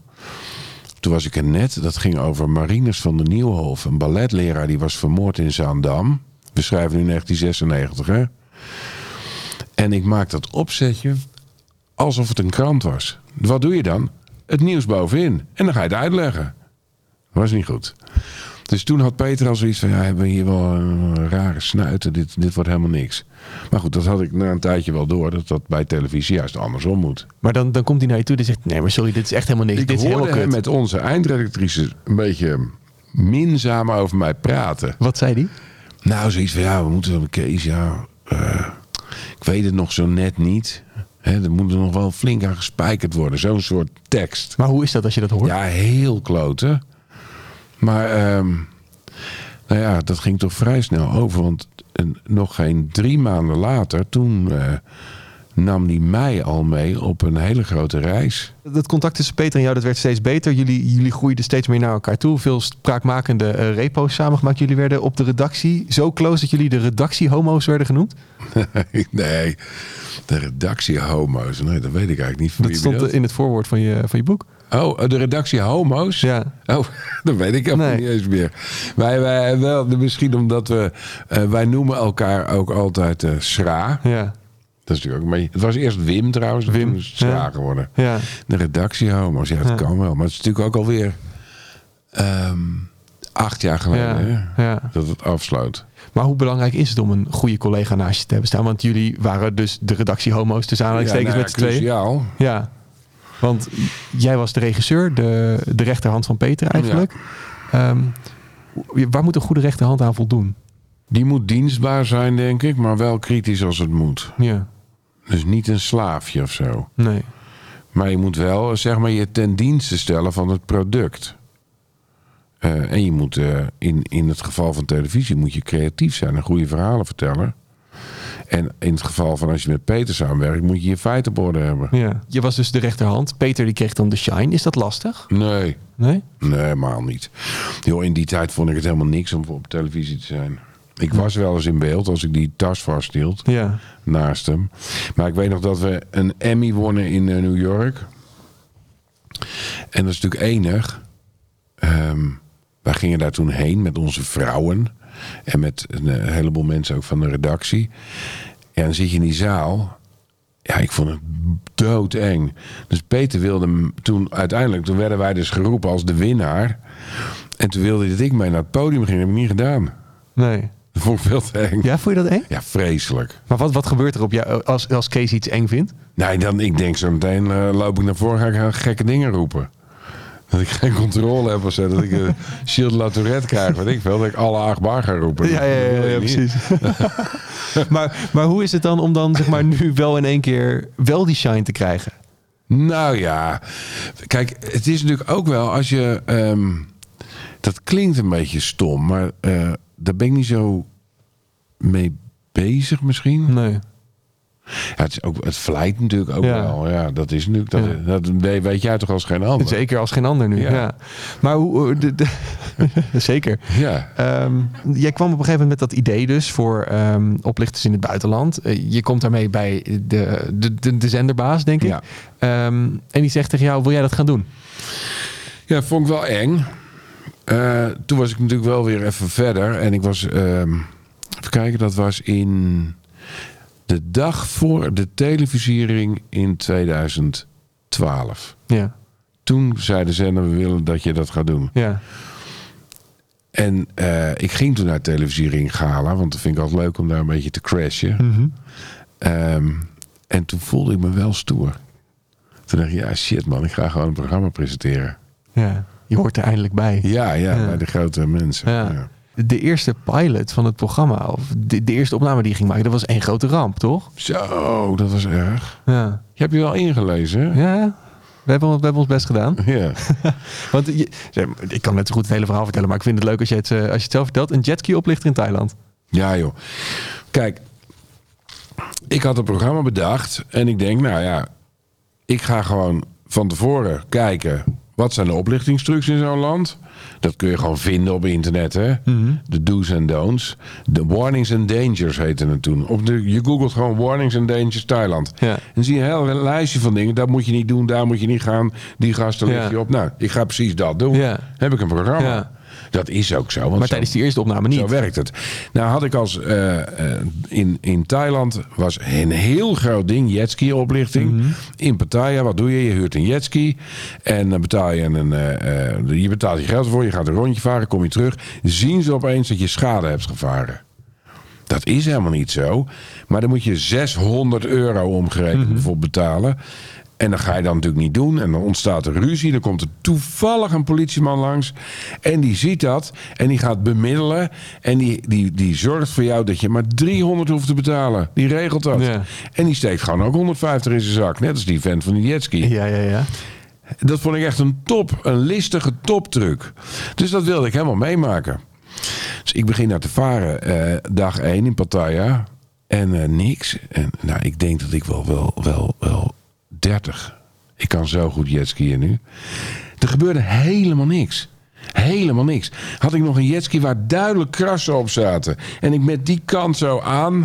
Toen was ik er net. Dat ging over Marinus van der Nieuwhof. Een balletleraar die was vermoord in Zaandam. We schrijven nu negentien zesennegentig, hè. En ik maak dat opzetje alsof het een krant was. Wat doe je dan? Het nieuws bovenin. En dan ga je het uitleggen. Dat was niet goed. Dus toen had Peter al zoiets van, ja, hebben we hier wel een rare snuiten. Dit, dit wordt helemaal niks. Maar goed, dat had ik na een tijdje wel door. Dat dat bij televisie juist andersom moet. Maar dan, dan komt hij naar je toe en zegt, nee, maar sorry, dit is echt helemaal niks. Ik dit is hoorde helemaal hem kut. met onze eindredactrice een beetje minzaam over mij praten. Wat zei hij? Nou, zoiets van, ja, we moeten wel Kees, ja. Uh, ik weet het nog zo net niet. Hè, er moet er nog wel flink aan gespijkerd worden. Zo'n soort tekst. Maar hoe is dat als je dat hoort? Ja, heel kloten. Maar, um, nou ja, dat ging toch vrij snel over. Want uh, nog geen drie maanden later, toen uh, nam die mij al mee op een hele grote reis. Dat contact tussen Peter en jou, dat werd steeds beter. Jullie, jullie groeiden steeds meer naar elkaar toe. Veel spraakmakende uh, repo's samengemaakt. Jullie werden op de redactie zo close dat jullie de redactie-homo's werden genoemd? Nee, de redactie-homo's. Nee, dat weet ik eigenlijk niet. Van dat stond in het voorwoord van je, van je boek. Oh, de redactie homo's? Ja. Oh, dat weet ik helemaal nee. niet eens meer. Wij, wij wel, misschien omdat we... Uh, wij noemen elkaar ook altijd uh, Schra. Ja. Dat is natuurlijk ook een beetje... Het was eerst Wim trouwens. Wim. Toen is het Schra ja. geworden. Ja. De redactie homo's. Ja, dat ja. kan wel. Maar het is natuurlijk ook alweer... Um, acht jaar geleden ja. Hè, ja. dat het afsloot. Maar hoe belangrijk is het om een goede collega naast je te hebben staan? Want jullie waren dus de redactie homo's tussen aanhalingstekens ja, nou ja, met z'n tweeën. Cruciaal. Ja. Want jij was de regisseur, de, de rechterhand van Peter eigenlijk. Ja. Um, waar moet een goede rechterhand aan voldoen? Die moet dienstbaar zijn, denk ik, maar wel kritisch als het moet. Ja. Dus niet een slaafje of zo. Nee. Maar je moet wel, zeg maar, je ten dienste stellen van het product. Uh, en je moet, uh, in, in het geval van televisie, moet je creatief zijn. Een goede verhalen vertellen. En in het geval van als je met Peter samenwerkt, moet je je feiten op orde hebben. Ja. Je was dus de rechterhand. Peter die kreeg dan de shine. Is dat lastig? Nee. Nee? Nee, helemaal niet. Yo, in die tijd vond ik het helemaal niks om op televisie te zijn. Ik was wel eens in beeld als ik die tas vasthield. Ja. Naast hem. Maar ik weet nog dat we een Emmy wonnen in uh, New York. En dat is natuurlijk enig. Um, wij gingen daar toen heen met onze vrouwen. En met een, een heleboel mensen ook van de redactie. En dan zit je in die zaal. Ja, ik vond het doodeng. Dus Peter wilde toen uiteindelijk... Toen werden wij dus geroepen als de winnaar. En toen wilde hij dat ik mee naar het podium ging. Dat heb ik niet gedaan. Nee. Dat vond ik veel te eng. Ja, vond je dat eng? Ja, vreselijk. Maar wat, wat gebeurt er op jou als, als Kees iets eng vindt? Nee, dan, ik denk zo meteen uh, loop ik naar voren en ga ik gekke dingen roepen. Dat ik geen controle heb of zo. Dat ik een Shield de la Tourette krijg. Weet ik veel. Dat ik alle achtbaar ga roepen. Ja, ja, ja, ja, ja precies. maar, maar hoe is het dan om dan zeg maar nu wel in één keer wel die shine te krijgen? Nou ja. Kijk, het is natuurlijk ook wel als je... Um, dat klinkt een beetje stom. Maar uh, daar ben ik niet zo mee bezig misschien. Nee. Ja, het, is ook, het vlijt natuurlijk ook ja. wel. Ja, dat is natuurlijk. Dat, ja. dat weet jij toch als geen ander? Zeker als geen ander nu. Ja. Ja. Maar hoe. De, de, zeker. Ja. Um, jij kwam op een gegeven moment met dat idee dus voor um, oplichters in het buitenland. Uh, je komt daarmee bij de, de, de, de zenderbaas, denk ik. Ja. Um, en die zegt tegen jou: wil jij dat gaan doen? Ja, vond ik wel eng. Uh, toen was ik natuurlijk wel weer even verder. En ik was. Um, even kijken, dat was in. De dag voor de televisiering in tweeduizend twaalf. Ja. Toen zei de zender, we willen dat je dat gaat doen. Ja. En uh, ik ging toen naar televisiering Gala, want dat vind ik altijd leuk om daar een beetje te crashen. Mm-hmm. Um, en toen voelde ik me wel stoer. Toen dacht ik, ja shit man, ik ga gewoon een programma presenteren. Ja, je hoort er eindelijk bij. Ja, ja, ja. bij de grote mensen. Ja. Ja. De eerste pilot van het programma, of de, de eerste opname die je ging maken, dat was één grote ramp, toch? Zo, dat was erg. Ja. Je hebt je wel ingelezen, hè? Ja, we hebben, we hebben ons best gedaan. Ja. Want je, ik kan net zo goed het hele verhaal vertellen, maar ik vind het leuk als je het, als je het zelf vertelt. Een jetski oplichter in Thailand. Ja joh. Kijk, ik had een programma bedacht en ik denk, nou ja, ik ga gewoon van tevoren kijken, wat zijn de oplichtingstrucs in zo'n land? Dat kun je gewoon vinden op internet, hè? Mm-hmm. De do's en don'ts. De warnings and dangers heette het toen. Op de, je googelt gewoon warnings and dangers Thailand. Ja. En zie je een heel lijstje van dingen. Dat moet je niet doen, daar moet je niet gaan. Die gasten lig je ja. op. Nou, ik ga precies dat doen. Ja. Heb ik een programma. Ja. Dat is ook zo. Want maar zo, tijdens die eerste opname niet. Zo werkt het. Nou had ik als... Uh, uh, in, in Thailand was een heel groot ding. Jetski oplichting. Mm-hmm. In Pattaya, wat doe je? Je huurt een jetski. En dan betaal je een... Uh, uh, je betaalt je geld voor. Je gaat een rondje varen. Kom je terug. Zien ze opeens dat je schade hebt gevaren. Dat is helemaal niet zo. Maar dan moet je zeshonderd euro omgerekend mm-hmm. bijvoorbeeld betalen. En dan ga je dat natuurlijk niet doen. En dan ontstaat er ruzie. Dan komt er toevallig een politieman langs. En die ziet dat. En die gaat bemiddelen. En die, die, die zorgt voor jou dat je maar driehonderd hoeft te betalen. Die regelt dat. Ja. En die steekt gewoon ook honderdvijftig in zijn zak. Net als die vent van die jetski. Ja, ja, ja. Dat vond ik echt een top. Een listige toptruc. Dus dat wilde ik helemaal meemaken. Dus ik begin naar te varen. Uh, dag één in Pattaya. En uh, niks. En nou, ik denk dat ik wel, wel, wel, wel dertig. Ik kan zo goed jetskiën nu. Er gebeurde helemaal niks. Helemaal niks. Had ik nog een jetski waar duidelijk krassen op zaten. En ik met die kant zo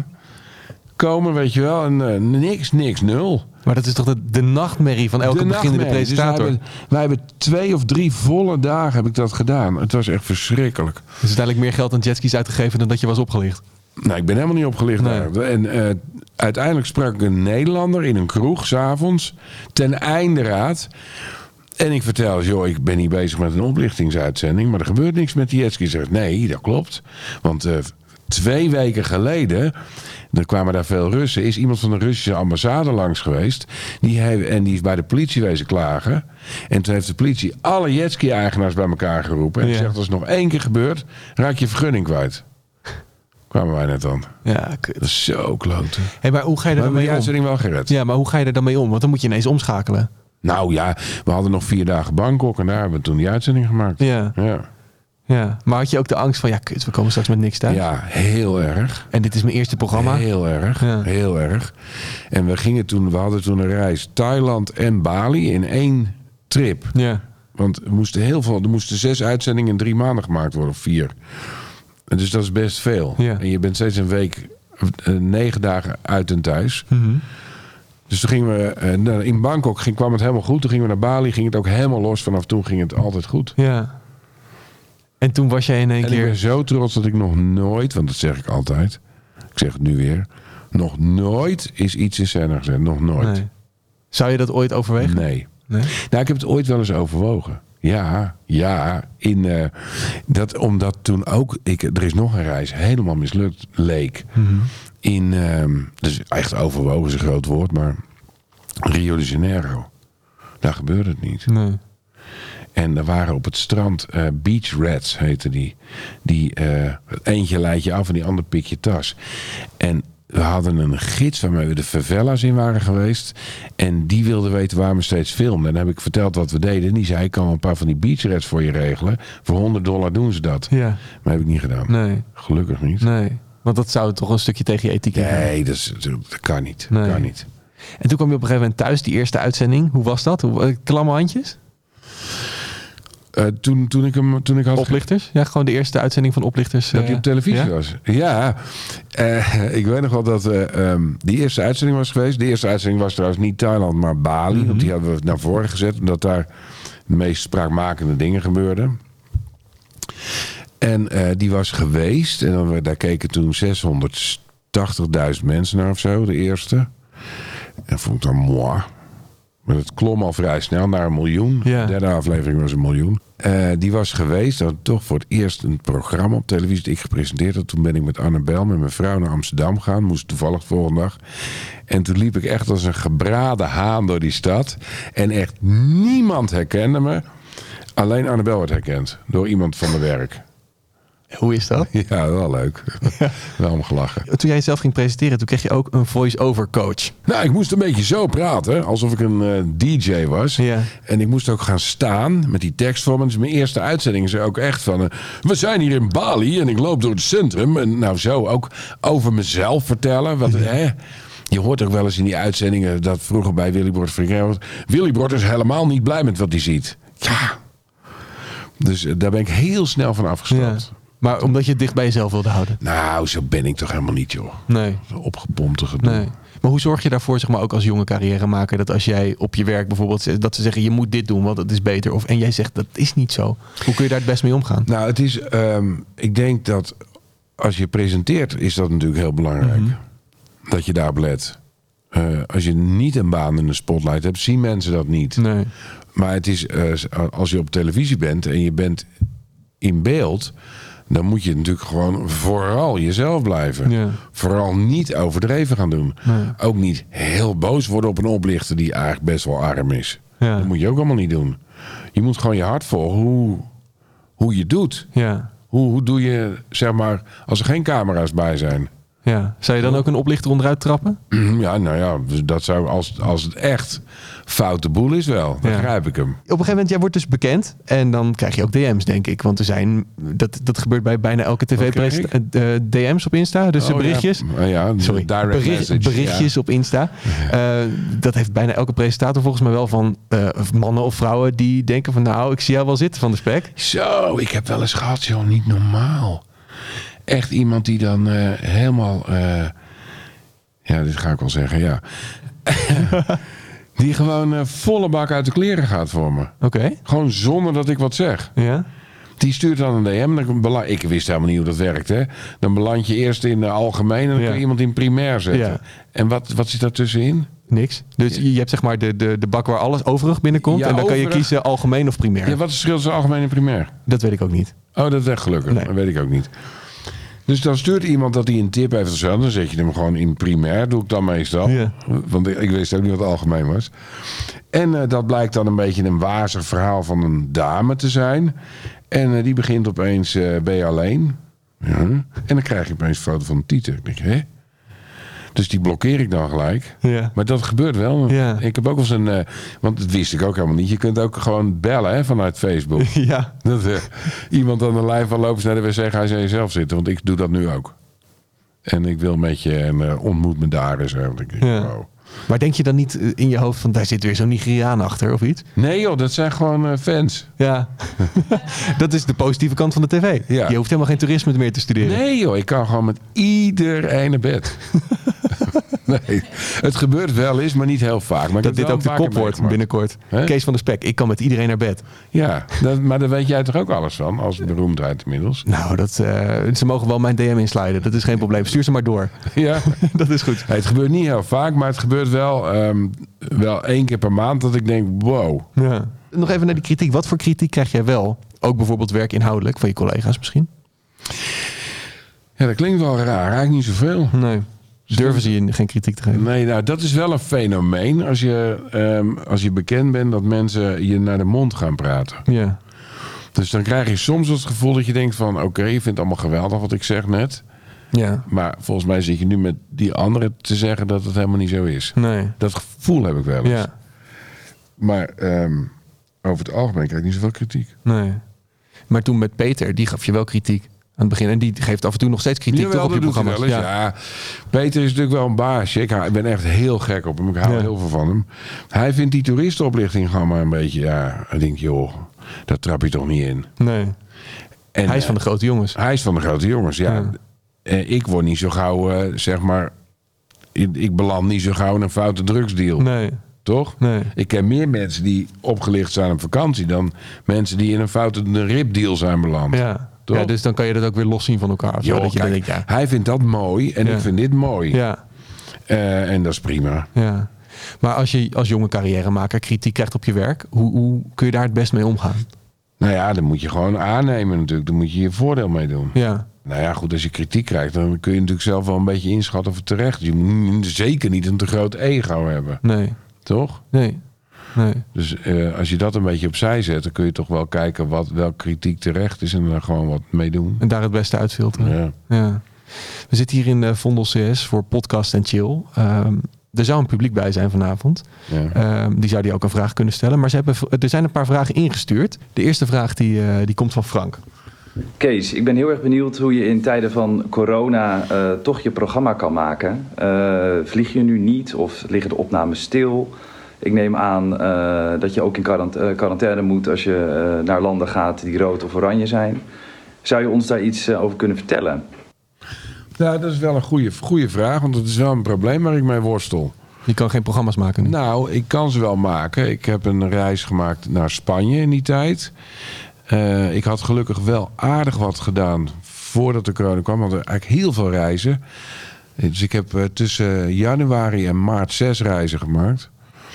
aankomen, weet je wel. En uh, niks, niks, nul. Maar dat is toch de, de nachtmerrie van elke De beginnende nachtmerrie. presentator? Dus wij, hebben, wij hebben twee of drie volle dagen heb ik dat gedaan. Het was echt verschrikkelijk. Dus uiteindelijk meer geld aan jetskis uitgegeven dan dat je was opgelicht. Nou, ik ben helemaal niet opgelicht Nee. daar. En uh, uiteindelijk sprak ik een Nederlander in een kroeg, 's avonds, ten einde raad. En ik vertel, joh, ik ben hier bezig met een oplichtingsuitzending, maar er gebeurt niks met die jetski. Zegt, nee, dat klopt. Want uh, twee weken geleden, er kwamen daar veel Russen, is iemand van de Russische ambassade langs geweest. Die heeft, en die is bij de politie wezen klagen. En toen heeft de politie alle jetski-eigenaars bij elkaar geroepen. En die Ja. zegt, als het nog één keer gebeurt, raak je vergunning kwijt. Kwamen wij net dan. Ja, kut. Dat is zo kloten. Hey, maar hoe ga je er Maar dan we hebben die mee om? uitzending wel gered. Ja, maar hoe ga je er dan mee om? Want dan moet je ineens omschakelen. Nou ja, we hadden nog vier dagen Bangkok en daar hebben we toen die uitzending gemaakt. Ja, Ja, ja. Maar had je ook de angst van, ja, kut, we komen straks met niks thuis? ja heel erg. En dit is mijn eerste programma? Heel erg, Ja. heel erg. En we gingen toen, we hadden toen een reis Thailand en Bali in één trip. Ja. Want er moesten heel veel, er moesten zes uitzendingen in drie maanden gemaakt worden, of vier. En dus dat is best veel. Ja. En je bent steeds een week, uh, negen dagen uit en thuis. Mhm. Dus toen gingen we, uh, in Bangkok ging, kwam het helemaal goed. Toen gingen we naar Bali, ging het ook helemaal los. Vanaf toen ging het altijd goed. Ja. En toen was jij in één En ik keer... ben zo trots dat ik nog nooit, want dat zeg ik altijd. Ik zeg het nu weer. Nog nooit is iets in scène gezet. Nog nooit. Nee. Zou je dat ooit overwegen? Nee. Nee? Nou, ik heb het ooit wel eens overwogen. Ja, ja. In, uh, dat, omdat toen ook, ik, er is nog een reis helemaal mislukt leek. Mhm. In, uh, dus echt overwogen is een groot woord, maar Rio de Janeiro. Daar gebeurde het niet. Nee. En er waren op het strand uh, beach rats, heette die. Die uh, eentje leidt je af en die ander pik je tas. En we hadden een gids waarmee we de favela's in waren geweest. En die wilde weten waar we steeds filmden. En dan heb ik verteld wat we deden. En die zei, ik kan wel een paar van die beach rats voor je regelen. Voor honderd dollar doen ze dat. Ja. Maar heb ik niet gedaan. Nee. Gelukkig niet. Nee. Want dat zou toch een stukje tegen je ethiek hebben. Nee, dat, is, dat kan niet. Nee. Kan niet. En toen kwam je op een gegeven moment thuis, die eerste uitzending. Hoe was dat? Hoe, klamme handjes? Uh, toen, toen ik hem toen ik had Oplichters? Ja, gewoon de eerste uitzending van Oplichters. Dat uh, hij op televisie ja? was. Ja, uh, ik weet nog wel dat uh, um, die eerste uitzending was geweest. De eerste uitzending was trouwens niet Thailand, maar Bali. Mm-hmm. Want die hadden we naar voren gezet, omdat daar de meest spraakmakende dingen gebeurden. En uh, die was geweest. En dan, daar keken toen zeshonderdtachtigduizend mensen naar of zo, de eerste. En vond ik dan moi. Maar het klom al vrij snel naar een miljoen. Ja. De derde aflevering was een miljoen. Uh, die was geweest. Dat toch voor het eerst een programma op televisie dat ik gepresenteerd had. Toen ben ik met Annabel, met mijn vrouw, naar Amsterdam gegaan. Moest toevallig de volgende dag. En toen liep ik echt als een gebraden haan door die stad. En echt niemand herkende me. Alleen Annabel werd herkend. Door iemand van mijn werk. Hoe is dat? Ja, wel leuk. Wel om gelachen. Toen jij zelf ging presenteren, toen kreeg je ook een voice-over coach. Nou, ik moest een beetje zo praten. Alsof ik een uh, D J was. Ja. En ik moest ook gaan staan met die tekst voor me. Dus mijn eerste uitzending zei ook echt van... Uh, we zijn hier in Bali en ik loop door het centrum. En nou zo ook over mezelf vertellen. Wat, hè? Je hoort ook wel eens in die uitzendingen... dat vroeger bij Willy Bord was... Willy Bord is helemaal niet blij met wat hij ziet. Ja. Dus uh, daar ben ik heel snel van afgestapt. Ja. Maar omdat je het dicht bij jezelf wilde houden? Nou, zo ben ik toch helemaal niet, joh. Nee. Opgepompte gedoe. Nee. Maar hoe zorg je daarvoor, zeg maar, ook als jonge carrièremaker... dat als jij op je werk bijvoorbeeld... dat ze zeggen, je moet dit doen, want het is beter. Of, en jij zegt, dat is niet zo. Hoe kun je daar het best mee omgaan? Nou, het is... Um, ik denk dat als je presenteert, is dat natuurlijk heel belangrijk. Mm-hmm. Dat je daarop let. Uh, als je niet een baan in de spotlight hebt, zien mensen dat niet. Nee. Maar het is... Uh, als je op televisie bent en je bent in beeld... dan moet je natuurlijk gewoon vooral jezelf blijven. Ja. Vooral niet overdreven gaan doen. Nee. Ook niet heel boos worden op een oplichter die eigenlijk best wel arm is. Ja. Dat moet je ook allemaal niet doen. Je moet gewoon je hart volgen hoe, hoe je doet. Ja. Hoe, hoe doe je, zeg maar, als er geen camera's bij zijn? Ja. Zou je dan ook een oplichter onderuit trappen? Ja, nou ja, dat zou als, als het echt foute boel is wel. Dan Ja. grijp ik hem. Op een gegeven moment, jij wordt dus bekend. En dan krijg je ook D M's, denk ik. Want er zijn, dat, dat gebeurt bij bijna elke Wat krijg tv-presentatie. Uh, D M's op Insta, dus Oh, berichtjes. Ja, ja Sorry, direct bericht- message, berichtjes ja. op Insta. Uh, dat heeft bijna elke presentator volgens mij wel van uh, mannen of vrouwen die denken van nou, ik zie jou wel zitten van de spek. Zo, ik heb wel eens gehad, joh, niet normaal. Echt iemand die dan uh, helemaal... Uh, ja, dit ga ik wel zeggen, ja. Die gewoon uh, volle bak uit de kleren gaat voor me. Oké. Okay. Gewoon zonder dat ik wat zeg. Ja. Die stuurt dan een D M. Dan beland, ik wist helemaal niet hoe dat werkt. Hè. Dan beland je eerst in de algemeen en dan Ja. kun je iemand in primair zetten. Ja. En wat, wat zit daar tussenin? Niks. Dus je hebt zeg maar de, de, de bak waar alles overig binnenkomt. Ja, en dan kan je overig. kiezen algemeen of primair. Ja, wat is het verschil tussen algemeen en primair? Dat weet ik ook niet. Oh, dat is echt gelukkig. Nee. Dat weet ik ook niet. Dus dan stuurt iemand dat hij een tip heeft of zo. Dan zet je hem gewoon in primair. Doe ik dan meestal. Ja. Want ik wist ook niet wat algemeen was. En uh, dat blijkt dan een beetje een wazig verhaal van een dame te zijn. En uh, die begint opeens, uh, ben je alleen? Ja. En dan krijg je opeens een foto van een titel. Ik denk, hè? Dus die blokkeer ik dan gelijk. Ja. Maar dat gebeurt wel. Ja. Ik heb ook wel eens een... Uh, want dat wist ik ook helemaal niet. Je kunt ook gewoon bellen hè, vanuit Facebook. Ja. Dat uh, iemand aan de lijn van lopen naar de wc, ga je aan jezelf zitten. Want ik doe dat nu ook. En ik wil met je en uh, ontmoet me daar eens. Want ik, Ja. wow. Maar denk je dan niet in je hoofd van daar zit weer zo'n Nigeriaan achter of iets? Nee joh, dat zijn gewoon uh, fans. Ja. Dat is de positieve kant van de tv. Ja. Je hoeft helemaal geen toerisme meer te studeren. Nee joh, ik kan gewoon met iedereen naar bed. Nee, het gebeurt wel eens, maar niet heel vaak. Maar ik Dat heb dit wel ook de een paar kop keer wordt meegemaakt. binnenkort. Hè? Kees van de Spek, ik kan met iedereen naar bed. Ja, dat, maar daar weet jij toch ook alles van, als beroemdheid inmiddels. Nou, dat, uh, ze mogen wel mijn D M insliden. Dat is geen probleem. Stuur ze maar door. Ja, Dat is goed. het gebeurt niet heel vaak, maar het gebeurt wel, um, wel één keer per maand dat ik denk, wow. Ja. Nog even naar die kritiek. Wat voor kritiek krijg jij wel? Ook bijvoorbeeld werkinhoudelijk van je collega's misschien? Ja, dat klinkt wel raar, eigenlijk niet zoveel. Nee. Durven ze je geen kritiek te geven? Nee, nou, dat is wel een fenomeen als je, um, als je bekend bent dat mensen je naar de mond gaan praten. Ja. Dus dan krijg je soms het gevoel dat je denkt van, oké, okay, je vindt het allemaal geweldig wat ik zeg net. Ja. Maar volgens mij zit je nu met die anderen te zeggen dat het helemaal niet zo is. Nee. Dat gevoel heb ik wel eens. Ja. Maar um, over het algemeen krijg ik niet zoveel kritiek. Nee. Maar toen met Peter, die gaf je wel kritiek aan het begin. En die geeft af en toe nog steeds kritiek Jawel, toch op je dat doet hij programma's. wel eens. Ja. Peter is natuurlijk wel een baasje. Ik, hou- ik ben echt heel gek op hem. Ik hou Ja. heel veel van hem. Hij vindt die toeristenoplichting gewoon maar een beetje... Ja, hij denkt, joh, daar trap je toch niet in. Nee. En, Hij is van de eh, grote jongens. Hij is van de grote jongens, ja. Ja. Eh, Ik word niet zo gauw, eh, zeg maar... Ik, ik beland niet zo gauw in een foute drugsdeal. Nee. Toch? Nee. Ik ken meer mensen die opgelicht zijn op vakantie... dan mensen die in een foute ripdeal zijn beland. Ja. Toch? Ja, dus dan kan je dat ook weer los zien van elkaar. Of zo, Joh, dat je dan kijk, denkt, ja. hij vindt dat mooi en Ja. ik vind dit mooi. Ja. Uh, en dat is prima. Ja. Maar als je als jonge carrièremaker kritiek krijgt op je werk, hoe, hoe kun je daar het best mee omgaan? Nou ja, dan moet je gewoon aannemen natuurlijk. Dan moet je je voordeel mee doen. Ja. Nou ja, goed, als je kritiek krijgt, dan kun je natuurlijk zelf wel een beetje inschatten of het terecht is. Je moet zeker niet een te groot ego hebben. Nee. Toch? Nee. Nee. Dus uh, als je dat een beetje opzij zet, dan kun je toch wel kijken wat welke kritiek terecht is en daar gewoon wat mee doen. En daar het beste uitfilteren. Ja. Ja. We zitten hier in uh, Vondel C S voor Podcast en Chill. Um, er zou een publiek bij zijn vanavond. Ja. Um, die zou die ook een vraag kunnen stellen. Maar ze hebben, er zijn een paar vragen ingestuurd. De eerste vraag die, uh, die komt van Frank. Kees, ik ben heel erg benieuwd hoe je in tijden van corona uh, toch je programma kan maken. Uh, vlieg je nu niet of liggen de opnames stil? Ik neem aan uh, dat je ook in quarantaine moet als je uh, naar landen gaat die rood of oranje zijn. Zou je ons daar iets uh, over kunnen vertellen? Nou, dat is wel een goede, goede vraag, want dat is wel een probleem waar ik mee worstel. Je kan geen programma's maken nu. Nou, ik kan ze wel maken. Ik heb een reis gemaakt naar Spanje in die tijd. Uh, ik had gelukkig wel aardig wat gedaan voordat de corona kwam. Want er eigenlijk heel veel reizen. Dus ik heb uh, tussen januari en maart zes reizen gemaakt.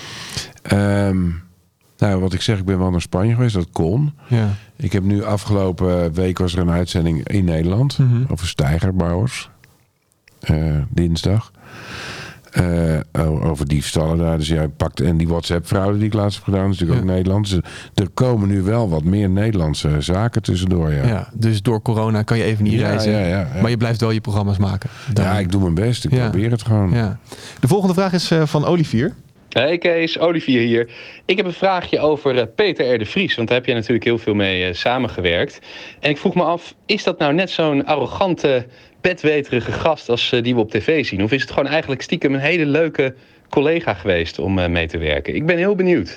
Um, nou, wat ik zeg, ik ben wel naar Spanje geweest. Dat kon. Ja. Ik heb nu afgelopen week was er een uitzending in Nederland. Mm-hmm. Over steigerbouwers. Uh, dinsdag. Uh, over diefstallen daar. Dus jij pakt. En die WhatsApp-fraude die ik laatst heb gedaan, is natuurlijk ja. ook Nederlands. Dus er komen nu wel wat meer Nederlandse zaken tussendoor. Ja. Ja, dus door corona kan je even niet ja, reizen. Ja, ja, ja. Maar je blijft wel je programma's maken. Dan... Ja, ik doe mijn best. Ik ja. probeer het gewoon. Ja. De volgende vraag is uh, van Olivier. Hey Kees, Olivier hier. Ik heb een vraagje over uh, Peter R. de Vries, want daar heb jij natuurlijk heel veel mee uh, samengewerkt. En ik vroeg me af, is dat nou net zo'n arrogante, bedweterige gast als uh, die we op tv zien? Of is het gewoon eigenlijk stiekem een hele leuke collega geweest om uh, mee te werken? Ik ben heel benieuwd.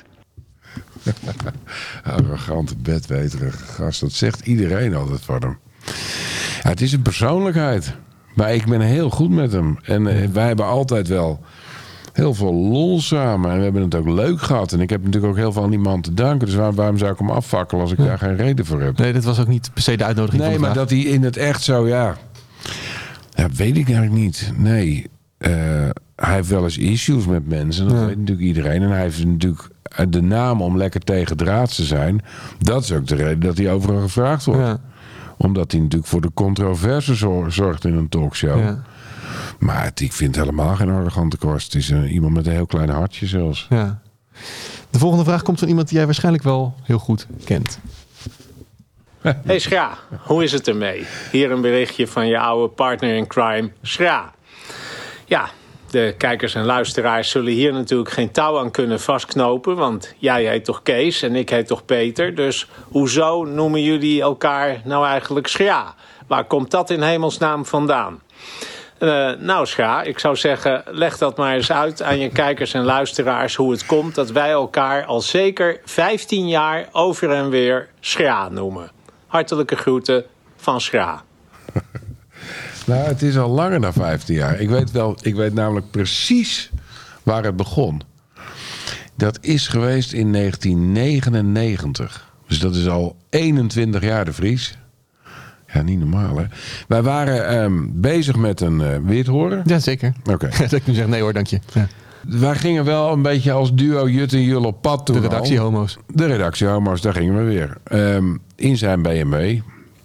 Arrogante, bedweterige gast, dat zegt iedereen altijd van hem. Ja, het is een persoonlijkheid, maar ik ben heel goed met hem. En uh, wij hebben altijd wel... heel veel lol samen. En we hebben het ook leuk gehad. En ik heb natuurlijk ook heel veel aan die man te danken. Dus waar, waarom zou ik hem afvakkelen als ik ja. daar geen reden voor heb? Nee, dat was ook niet per se de uitnodiging nee, van de maar vraag. Dat hij in het echt zo, ja... ja weet ik eigenlijk niet. Nee. Uh, hij heeft wel eens issues met mensen. Dat ja. weet natuurlijk iedereen. En hij heeft natuurlijk de naam om lekker tegen draads te zijn. Dat is ook de reden dat hij overal gevraagd wordt. Ja. Omdat hij natuurlijk voor de controverse zorgt in een talkshow. Ja. Maar het, ik vind het helemaal geen arrogante korst. Het is uh, iemand met een heel klein hartje zelfs. Ja. De volgende vraag komt van iemand die jij waarschijnlijk wel heel goed kent. Hey Schra, hoe is het ermee? Hier een berichtje van je oude partner in crime, Schra. Ja, de kijkers en luisteraars zullen hier natuurlijk geen touw aan kunnen vastknopen. Want jij heet toch Kees en ik heet toch Peter. Dus hoezo noemen jullie elkaar nou eigenlijk Schra? Waar komt dat in hemelsnaam vandaan? Uh, nou Scha, ik zou zeggen, leg dat maar eens uit aan je kijkers en luisteraars hoe het komt dat wij elkaar al zeker vijftien jaar over en weer Schra noemen. Hartelijke groeten van Schra. Nou, het is al langer dan vijftien jaar. Ik weet wel, ik weet namelijk precies waar het begon. Dat is geweest in negentien negenennegentig. Dus dat is al eenentwintig jaar de Vries. Ja, niet normaal, hè? Wij waren um, bezig met een uh, withoren. Ja, zeker. Oké. Okay. Dat ik nu zeg, nee hoor, dank je. Ja. Wij gingen wel een beetje als duo Jut en Jul op pad toen. De redactie homo's. De redactie homo's, daar gingen we weer. Um, in zijn B M W. Uh,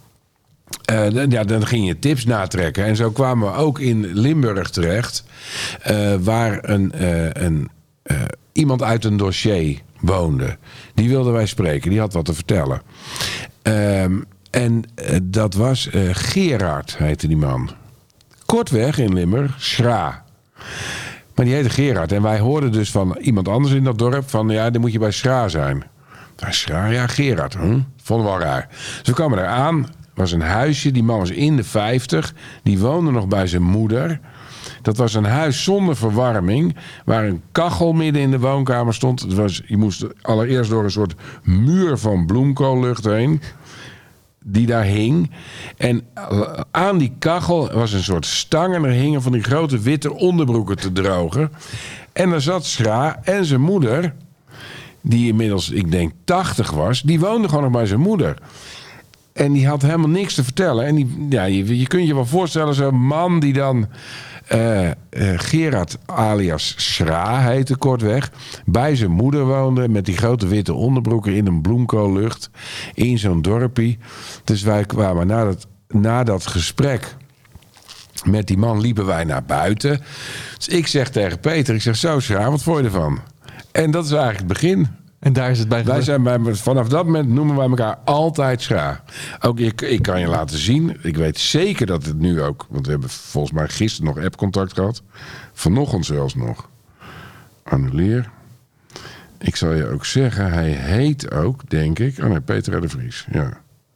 d- ja, dan ging je tips natrekken. En zo kwamen we ook in Limburg terecht. Uh, waar een, uh, een, uh, iemand uit een dossier woonde. Die wilden wij spreken. Die had wat te vertellen. Um, En uh, dat was uh, Gerard, heette die man. Kortweg in Limburg, Schra. Maar die heette Gerard. En wij hoorden dus van iemand anders in dat dorp van... ja, dan moet je bij Schra zijn. Nou, Schra, ja, Gerard. Hm? Vonden we wel raar. Dus we kwamen eraan. Er was een huisje. Die man was in de vijftig. Die woonde nog bij zijn moeder. Dat was een huis zonder verwarming. Waar een kachel midden in de woonkamer stond. Het was, je moest allereerst door een soort muur van bloemkoollucht heen... die daar hing. En aan die kachel was een soort stang... en er hingen van die grote witte onderbroeken te drogen. En daar zat Schra en zijn moeder... die inmiddels, ik denk, tachtig was... die woonde gewoon nog bij zijn moeder. En die had helemaal niks te vertellen. En die, ja, je, je kunt je wel voorstellen, zo'n man die dan... Uh, uh, Gerard alias Schra heette kortweg... bij zijn moeder woonde met die grote witte onderbroeken... in een bloemkoollucht in zo'n dorpie. Dus wij kwamen na dat, na dat gesprek met die man... liepen wij naar buiten. Dus ik zeg tegen Peter, ik zeg zo Schra, wat vond je ervan? En dat is eigenlijk het begin... En daar is het bij. Wij zijn bij, vanaf dat moment noemen wij elkaar altijd Schra. Ook ik, ik kan je laten zien. Ik weet zeker dat het nu ook... want we hebben volgens mij gisteren nog appcontact gehad. Vanochtend zelfs nog. Annuleer. Ik zal je ook zeggen, hij heet ook, denk ik... oh nee, Peter R. de Vries. Ja.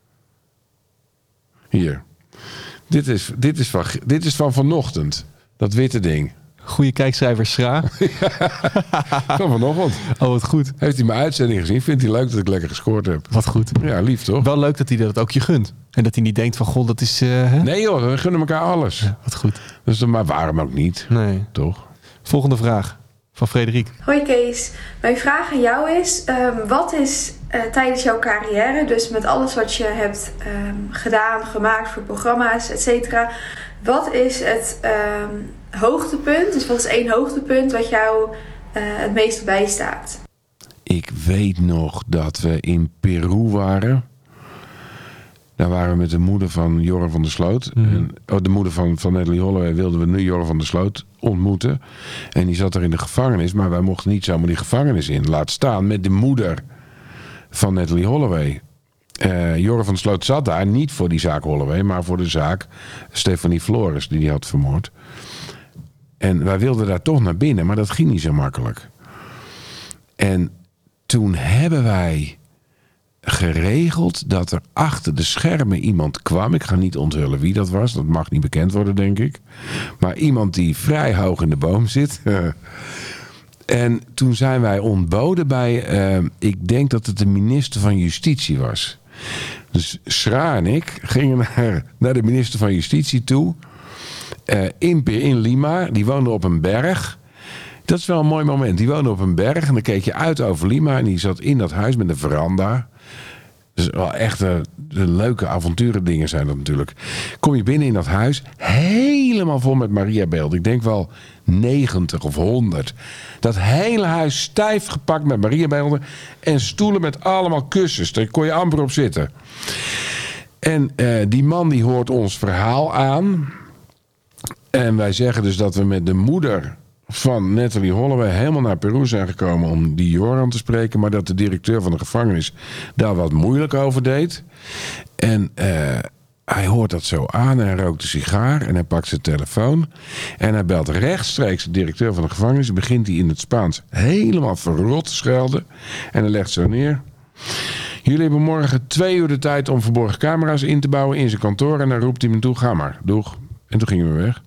Hier. Dit is, dit is, van, dit is van vanochtend. Dat witte ding. Goeie kijkcijfers, Schra. Van vanochtend. Oh, wat goed. Heeft hij mijn uitzending gezien? Vindt hij leuk dat ik lekker gescoord heb? Wat goed. Ja, lief toch? Wel leuk dat hij dat ook je gunt. En dat hij niet denkt van, god, dat is... Uh, hè? Nee joh, we gunnen elkaar alles. Ja, wat goed. Dus, maar waarom ook niet? Nee. Toch? Volgende vraag van Frederik. Hoi Kees. Mijn vraag aan jou is... Um, wat is uh, tijdens jouw carrière... dus met alles wat je hebt um, gedaan, gemaakt voor programma's, et cetera... wat is het... Um, hoogtepunt, dus wat is één hoogtepunt wat jou uh, het meest bijstaat? Ik weet nog dat we in Peru waren. Daar waren we met de moeder van Joran van der Sloot. Mm. En, oh, de moeder van, van Natalie Holloway wilden we nu Joran van der Sloot ontmoeten. En die zat er in de gevangenis. Maar wij mochten niet zomaar die gevangenis in. Laat staan met de moeder van Natalie Holloway. Uh, Joran van der Sloot zat daar niet voor die zaak Holloway. Maar voor de zaak Stephanie Flores die die had vermoord. En wij wilden daar toch naar binnen. Maar dat ging niet zo makkelijk. En toen hebben wij geregeld dat er achter de schermen iemand kwam. Ik ga niet onthullen wie dat was. Dat mag niet bekend worden, denk ik. Maar iemand die vrij hoog in de boom zit. En toen zijn wij ontboden bij, uh, ik denk dat het de minister van Justitie was. Dus Schra en ik gingen naar, naar de minister van Justitie toe. Uh, in, in Lima. Die woonde op een berg. Dat is wel een mooi moment. Die woonde op een berg en dan keek je uit over Lima. En die zat in dat huis met een veranda. Dus wel echt uh, de leuke avonturendingen zijn dat natuurlijk. Kom je binnen in dat huis, helemaal vol met Mariabeelden. Ik denk wel negentig of honderd. Dat hele huis stijf gepakt met Mariabeelden. En stoelen met allemaal kussens. Daar kon je amper op zitten. En uh, die man die hoort ons verhaal aan. En wij zeggen dus dat we met de moeder van Natalie Holloway helemaal naar Peru zijn gekomen om die Joran te spreken, maar dat de directeur van de gevangenis daar wat moeilijk over deed. En uh, hij hoort dat zo aan en hij rookt een sigaar en hij pakt zijn telefoon en hij belt rechtstreeks de directeur van de gevangenis. Begint hij in het Spaans helemaal verrot te schelden en hij legt zo neer: jullie hebben morgen twee uur de tijd om verborgen camera's in te bouwen in zijn kantoor. En dan roept hij me toe: ga maar, doeg. En toen gingen we weg.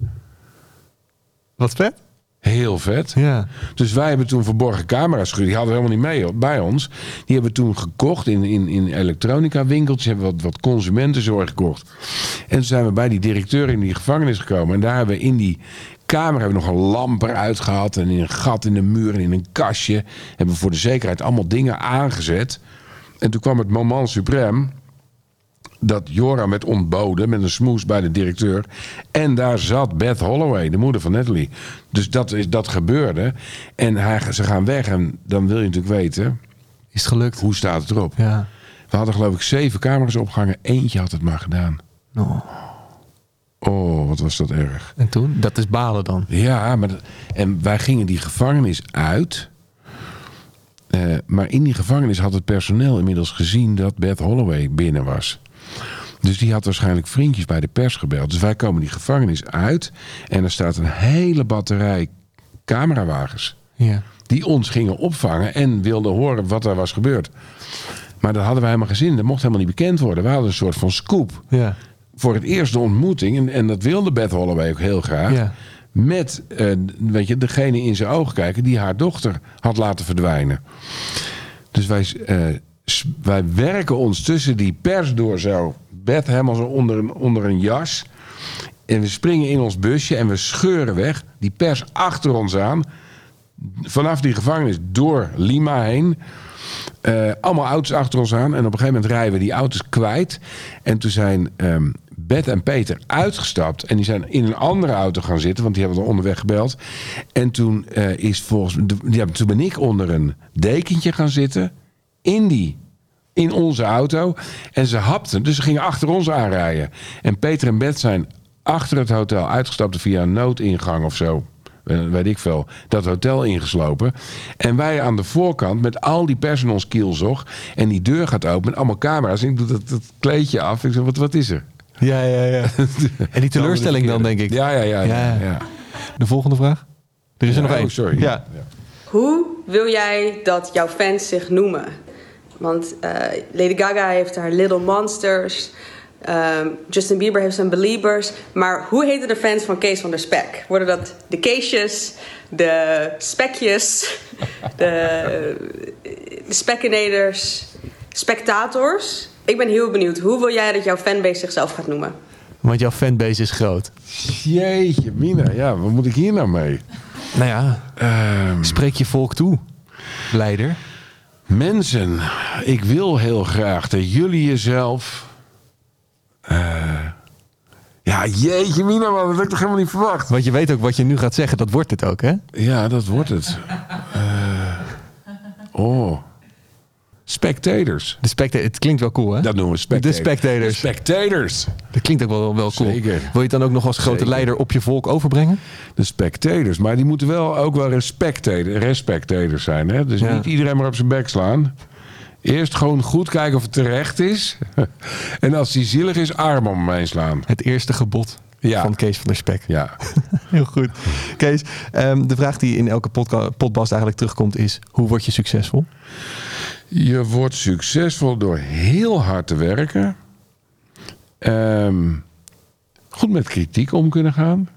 Wat vet? Heel vet. Ja. Dus wij hebben toen verborgen camera's gehuurd. Die hadden we helemaal niet mee bij ons. Die hebben we toen gekocht in, in, in elektronica winkeltjes. Hebben we wat, wat consumentenzorg gekocht. En toen zijn we bij die directeur in die gevangenis gekomen. En daar hebben we in die kamer hebben we nog een lamp eruit gehaald. En in een gat in de muur en in een kastje. Hebben we voor de zekerheid allemaal dingen aangezet. En toen kwam het moment suprême dat Joran werd ontboden met een smoes bij de directeur. En daar zat Beth Holloway, de moeder van Natalie. Dus dat, is, dat gebeurde. En hij, ze gaan weg en dan wil je natuurlijk weten: is het gelukt? Hoe staat het erop? Ja. We hadden geloof ik zeven camera's opgehangen. Eentje had het maar gedaan. Oh. Oh, wat was dat erg. En toen? Dat is balen dan. Ja, maar dat, en wij gingen die gevangenis uit. Uh, maar in die gevangenis had het personeel inmiddels gezien dat Beth Holloway binnen was. Dus die had waarschijnlijk vriendjes bij de pers gebeld. Dus wij komen die gevangenis uit. En er staat een hele batterij camerawagens. Ja. Die ons gingen opvangen en wilden horen wat er was gebeurd. Maar dat hadden wij helemaal geen zin. Dat mocht helemaal niet bekend worden. We hadden een soort van scoop. Ja. Voor het eerst de ontmoeting. En, en dat wilde Beth Holloway ook heel graag. Ja. Met uh, weet je, degene in zijn ogen kijken die haar dochter had laten verdwijnen. Dus wij, uh, wij werken ons tussen die pers door zo. Beth helemaal zo onder een, onder een jas. En we springen in ons busje en we scheuren weg. Die pers achter ons aan. Vanaf die gevangenis door Lima heen. Uh, allemaal auto's achter ons aan. En op een gegeven moment rijden we die auto's kwijt. En toen zijn um, Beth en Peter uitgestapt. En die zijn in een andere auto gaan zitten. Want die hebben we onderweg gebeld. En toen, uh, is volgens, ja, toen ben ik onder een dekentje gaan zitten. In die... In onze auto. En ze hapten. Dus ze gingen achter ons aanrijden. En Peter en Beth zijn achter het hotel uitgestapt via een noodingang of zo. Weet ik veel. Dat hotel ingeslopen. En wij aan de voorkant met al die pers in ons kielzog. En die deur gaat open met allemaal camera's. En ik doe dat, dat kleedje af. Ik zeg, wat, wat is er? Ja, ja, ja. En die teleurstelling dan, denk ik. Ja, ja, ja. ja, ja. ja. De volgende vraag? Er is er ja, nog één. Oh, sorry. Ja. Ja. Hoe wil jij dat jouw fans zich noemen? Want uh, Lady Gaga heeft haar Little Monsters. Um, Justin Bieber heeft zijn Beliebers. Maar hoe heten de fans van Kees van der Spek? Worden dat de Keesjes, de Spekjes, de, de Spekkeneders, Spectators? Ik ben heel benieuwd. Hoe wil jij dat jouw fanbase zichzelf gaat noemen? Want jouw fanbase is groot. Jeetje, Mina. Ja, wat moet ik hier nou mee? Nou ja, um, spreek je volk toe, leider. Mensen, ik wil heel graag dat jullie jezelf... Uh, ja, jeetje mina, man, dat heb ik toch helemaal niet verwacht. Want je weet ook wat je nu gaat zeggen, dat wordt het ook, hè? Ja, dat wordt het. Uh, oh. Spectators. De specta- het klinkt wel cool, hè? Dat noemen we spectators. De spectators. De spectators. Dat klinkt ook wel, wel cool. Zeker. Wil je het dan ook nog als grote Zeker. leider op je volk overbrengen? De spectators. Maar die moeten wel ook wel respectators, respectators zijn. Hè? Dus Ja. niet iedereen maar op zijn bek slaan. Eerst gewoon goed kijken of het terecht is. En als die zielig is, arm om hem heen slaan. Het eerste gebod Ja. van Kees van der Spek. Ja. Heel goed. Kees, um, de vraag die in elke podca- podcast eigenlijk terugkomt is... hoe word je succesvol? Je wordt succesvol door heel hard te werken. Um, goed met kritiek om kunnen gaan.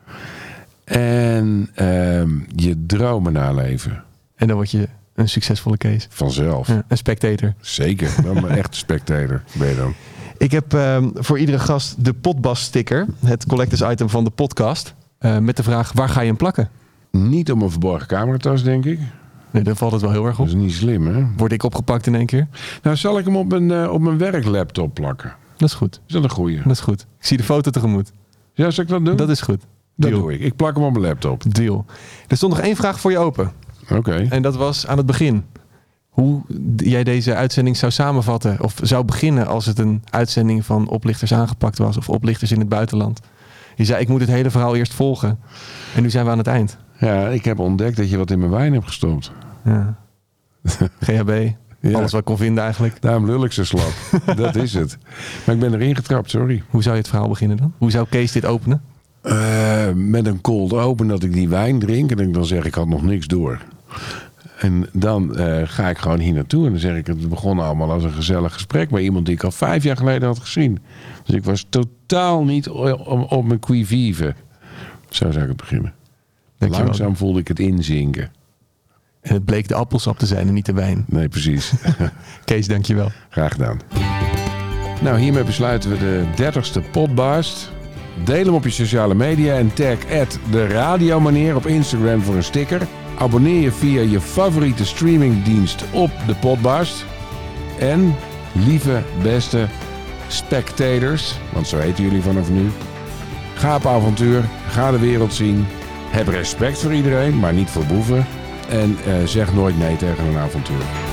En um, je dromen naleven. En dan word je een succesvolle Kees. Vanzelf. Ja, een spectator. Zeker. Dan een echte spectator ben je dan. Ik heb um, voor iedere gast de Potbast sticker. Het collectors item van de podcast. Uh, met de vraag, waar ga je hem plakken? Niet op een verborgen cameratas, denk ik. Nee, daar valt het wel heel erg op. Dat is niet slim, hè? Word ik opgepakt in één keer? Nou, zal ik hem op mijn, uh, op mijn werklaptop plakken? Dat is goed. Is dat een goeie? Dat is goed. Ik zie de foto tegemoet. Ja, zal ik dat doen? Dat is goed. Dat Deal. doe ik. Ik plak hem op mijn laptop. Deal. Er stond nog één vraag voor je open. Oké. Okay. En dat was aan het begin. Hoe jij deze uitzending zou samenvatten. Of zou beginnen als het een uitzending van Oplichters Aangepakt was. Of Oplichters in het buitenland. Je zei, ik moet het hele verhaal eerst volgen. En nu zijn we aan het eind. Ja, ik heb ontdekt dat je wat in mijn wijn hebt gestopt. Ja. G H B. Ja. Alles wat ik kon vinden eigenlijk. Daarom lul ik zo slap. Dat is het. Maar ik ben erin getrapt, sorry. Hoe zou je het verhaal beginnen dan? Hoe zou Kees dit openen? Uh, met een cold open dat ik die wijn drink. En dan zeg ik, ik had nog niks door. En dan uh, ga ik gewoon hier naartoe. En dan zeg ik, het begon allemaal als een gezellig gesprek. Bij iemand die ik al vijf jaar geleden had gezien. Dus ik was totaal niet op, op mijn qui vive. Zo zou ik het beginnen. Dankjewel. Langzaam voelde ik het inzinken. En het bleek de appelsap te zijn en niet de wijn. Nee, precies. Kees, dankjewel. Graag gedaan. Nou, hiermee besluiten we de dertigste Potbast. Deel hem op je sociale media en tag at de radiomeneer op Instagram voor een sticker. Abonneer je via je favoriete streamingdienst op de Potbast. En, lieve, beste spectators, want zo heten jullie vanaf nu. Ga op avontuur, ga de wereld zien. Heb respect voor iedereen, maar niet voor boeven. En uh, zeg nooit nee tegen een avontuur.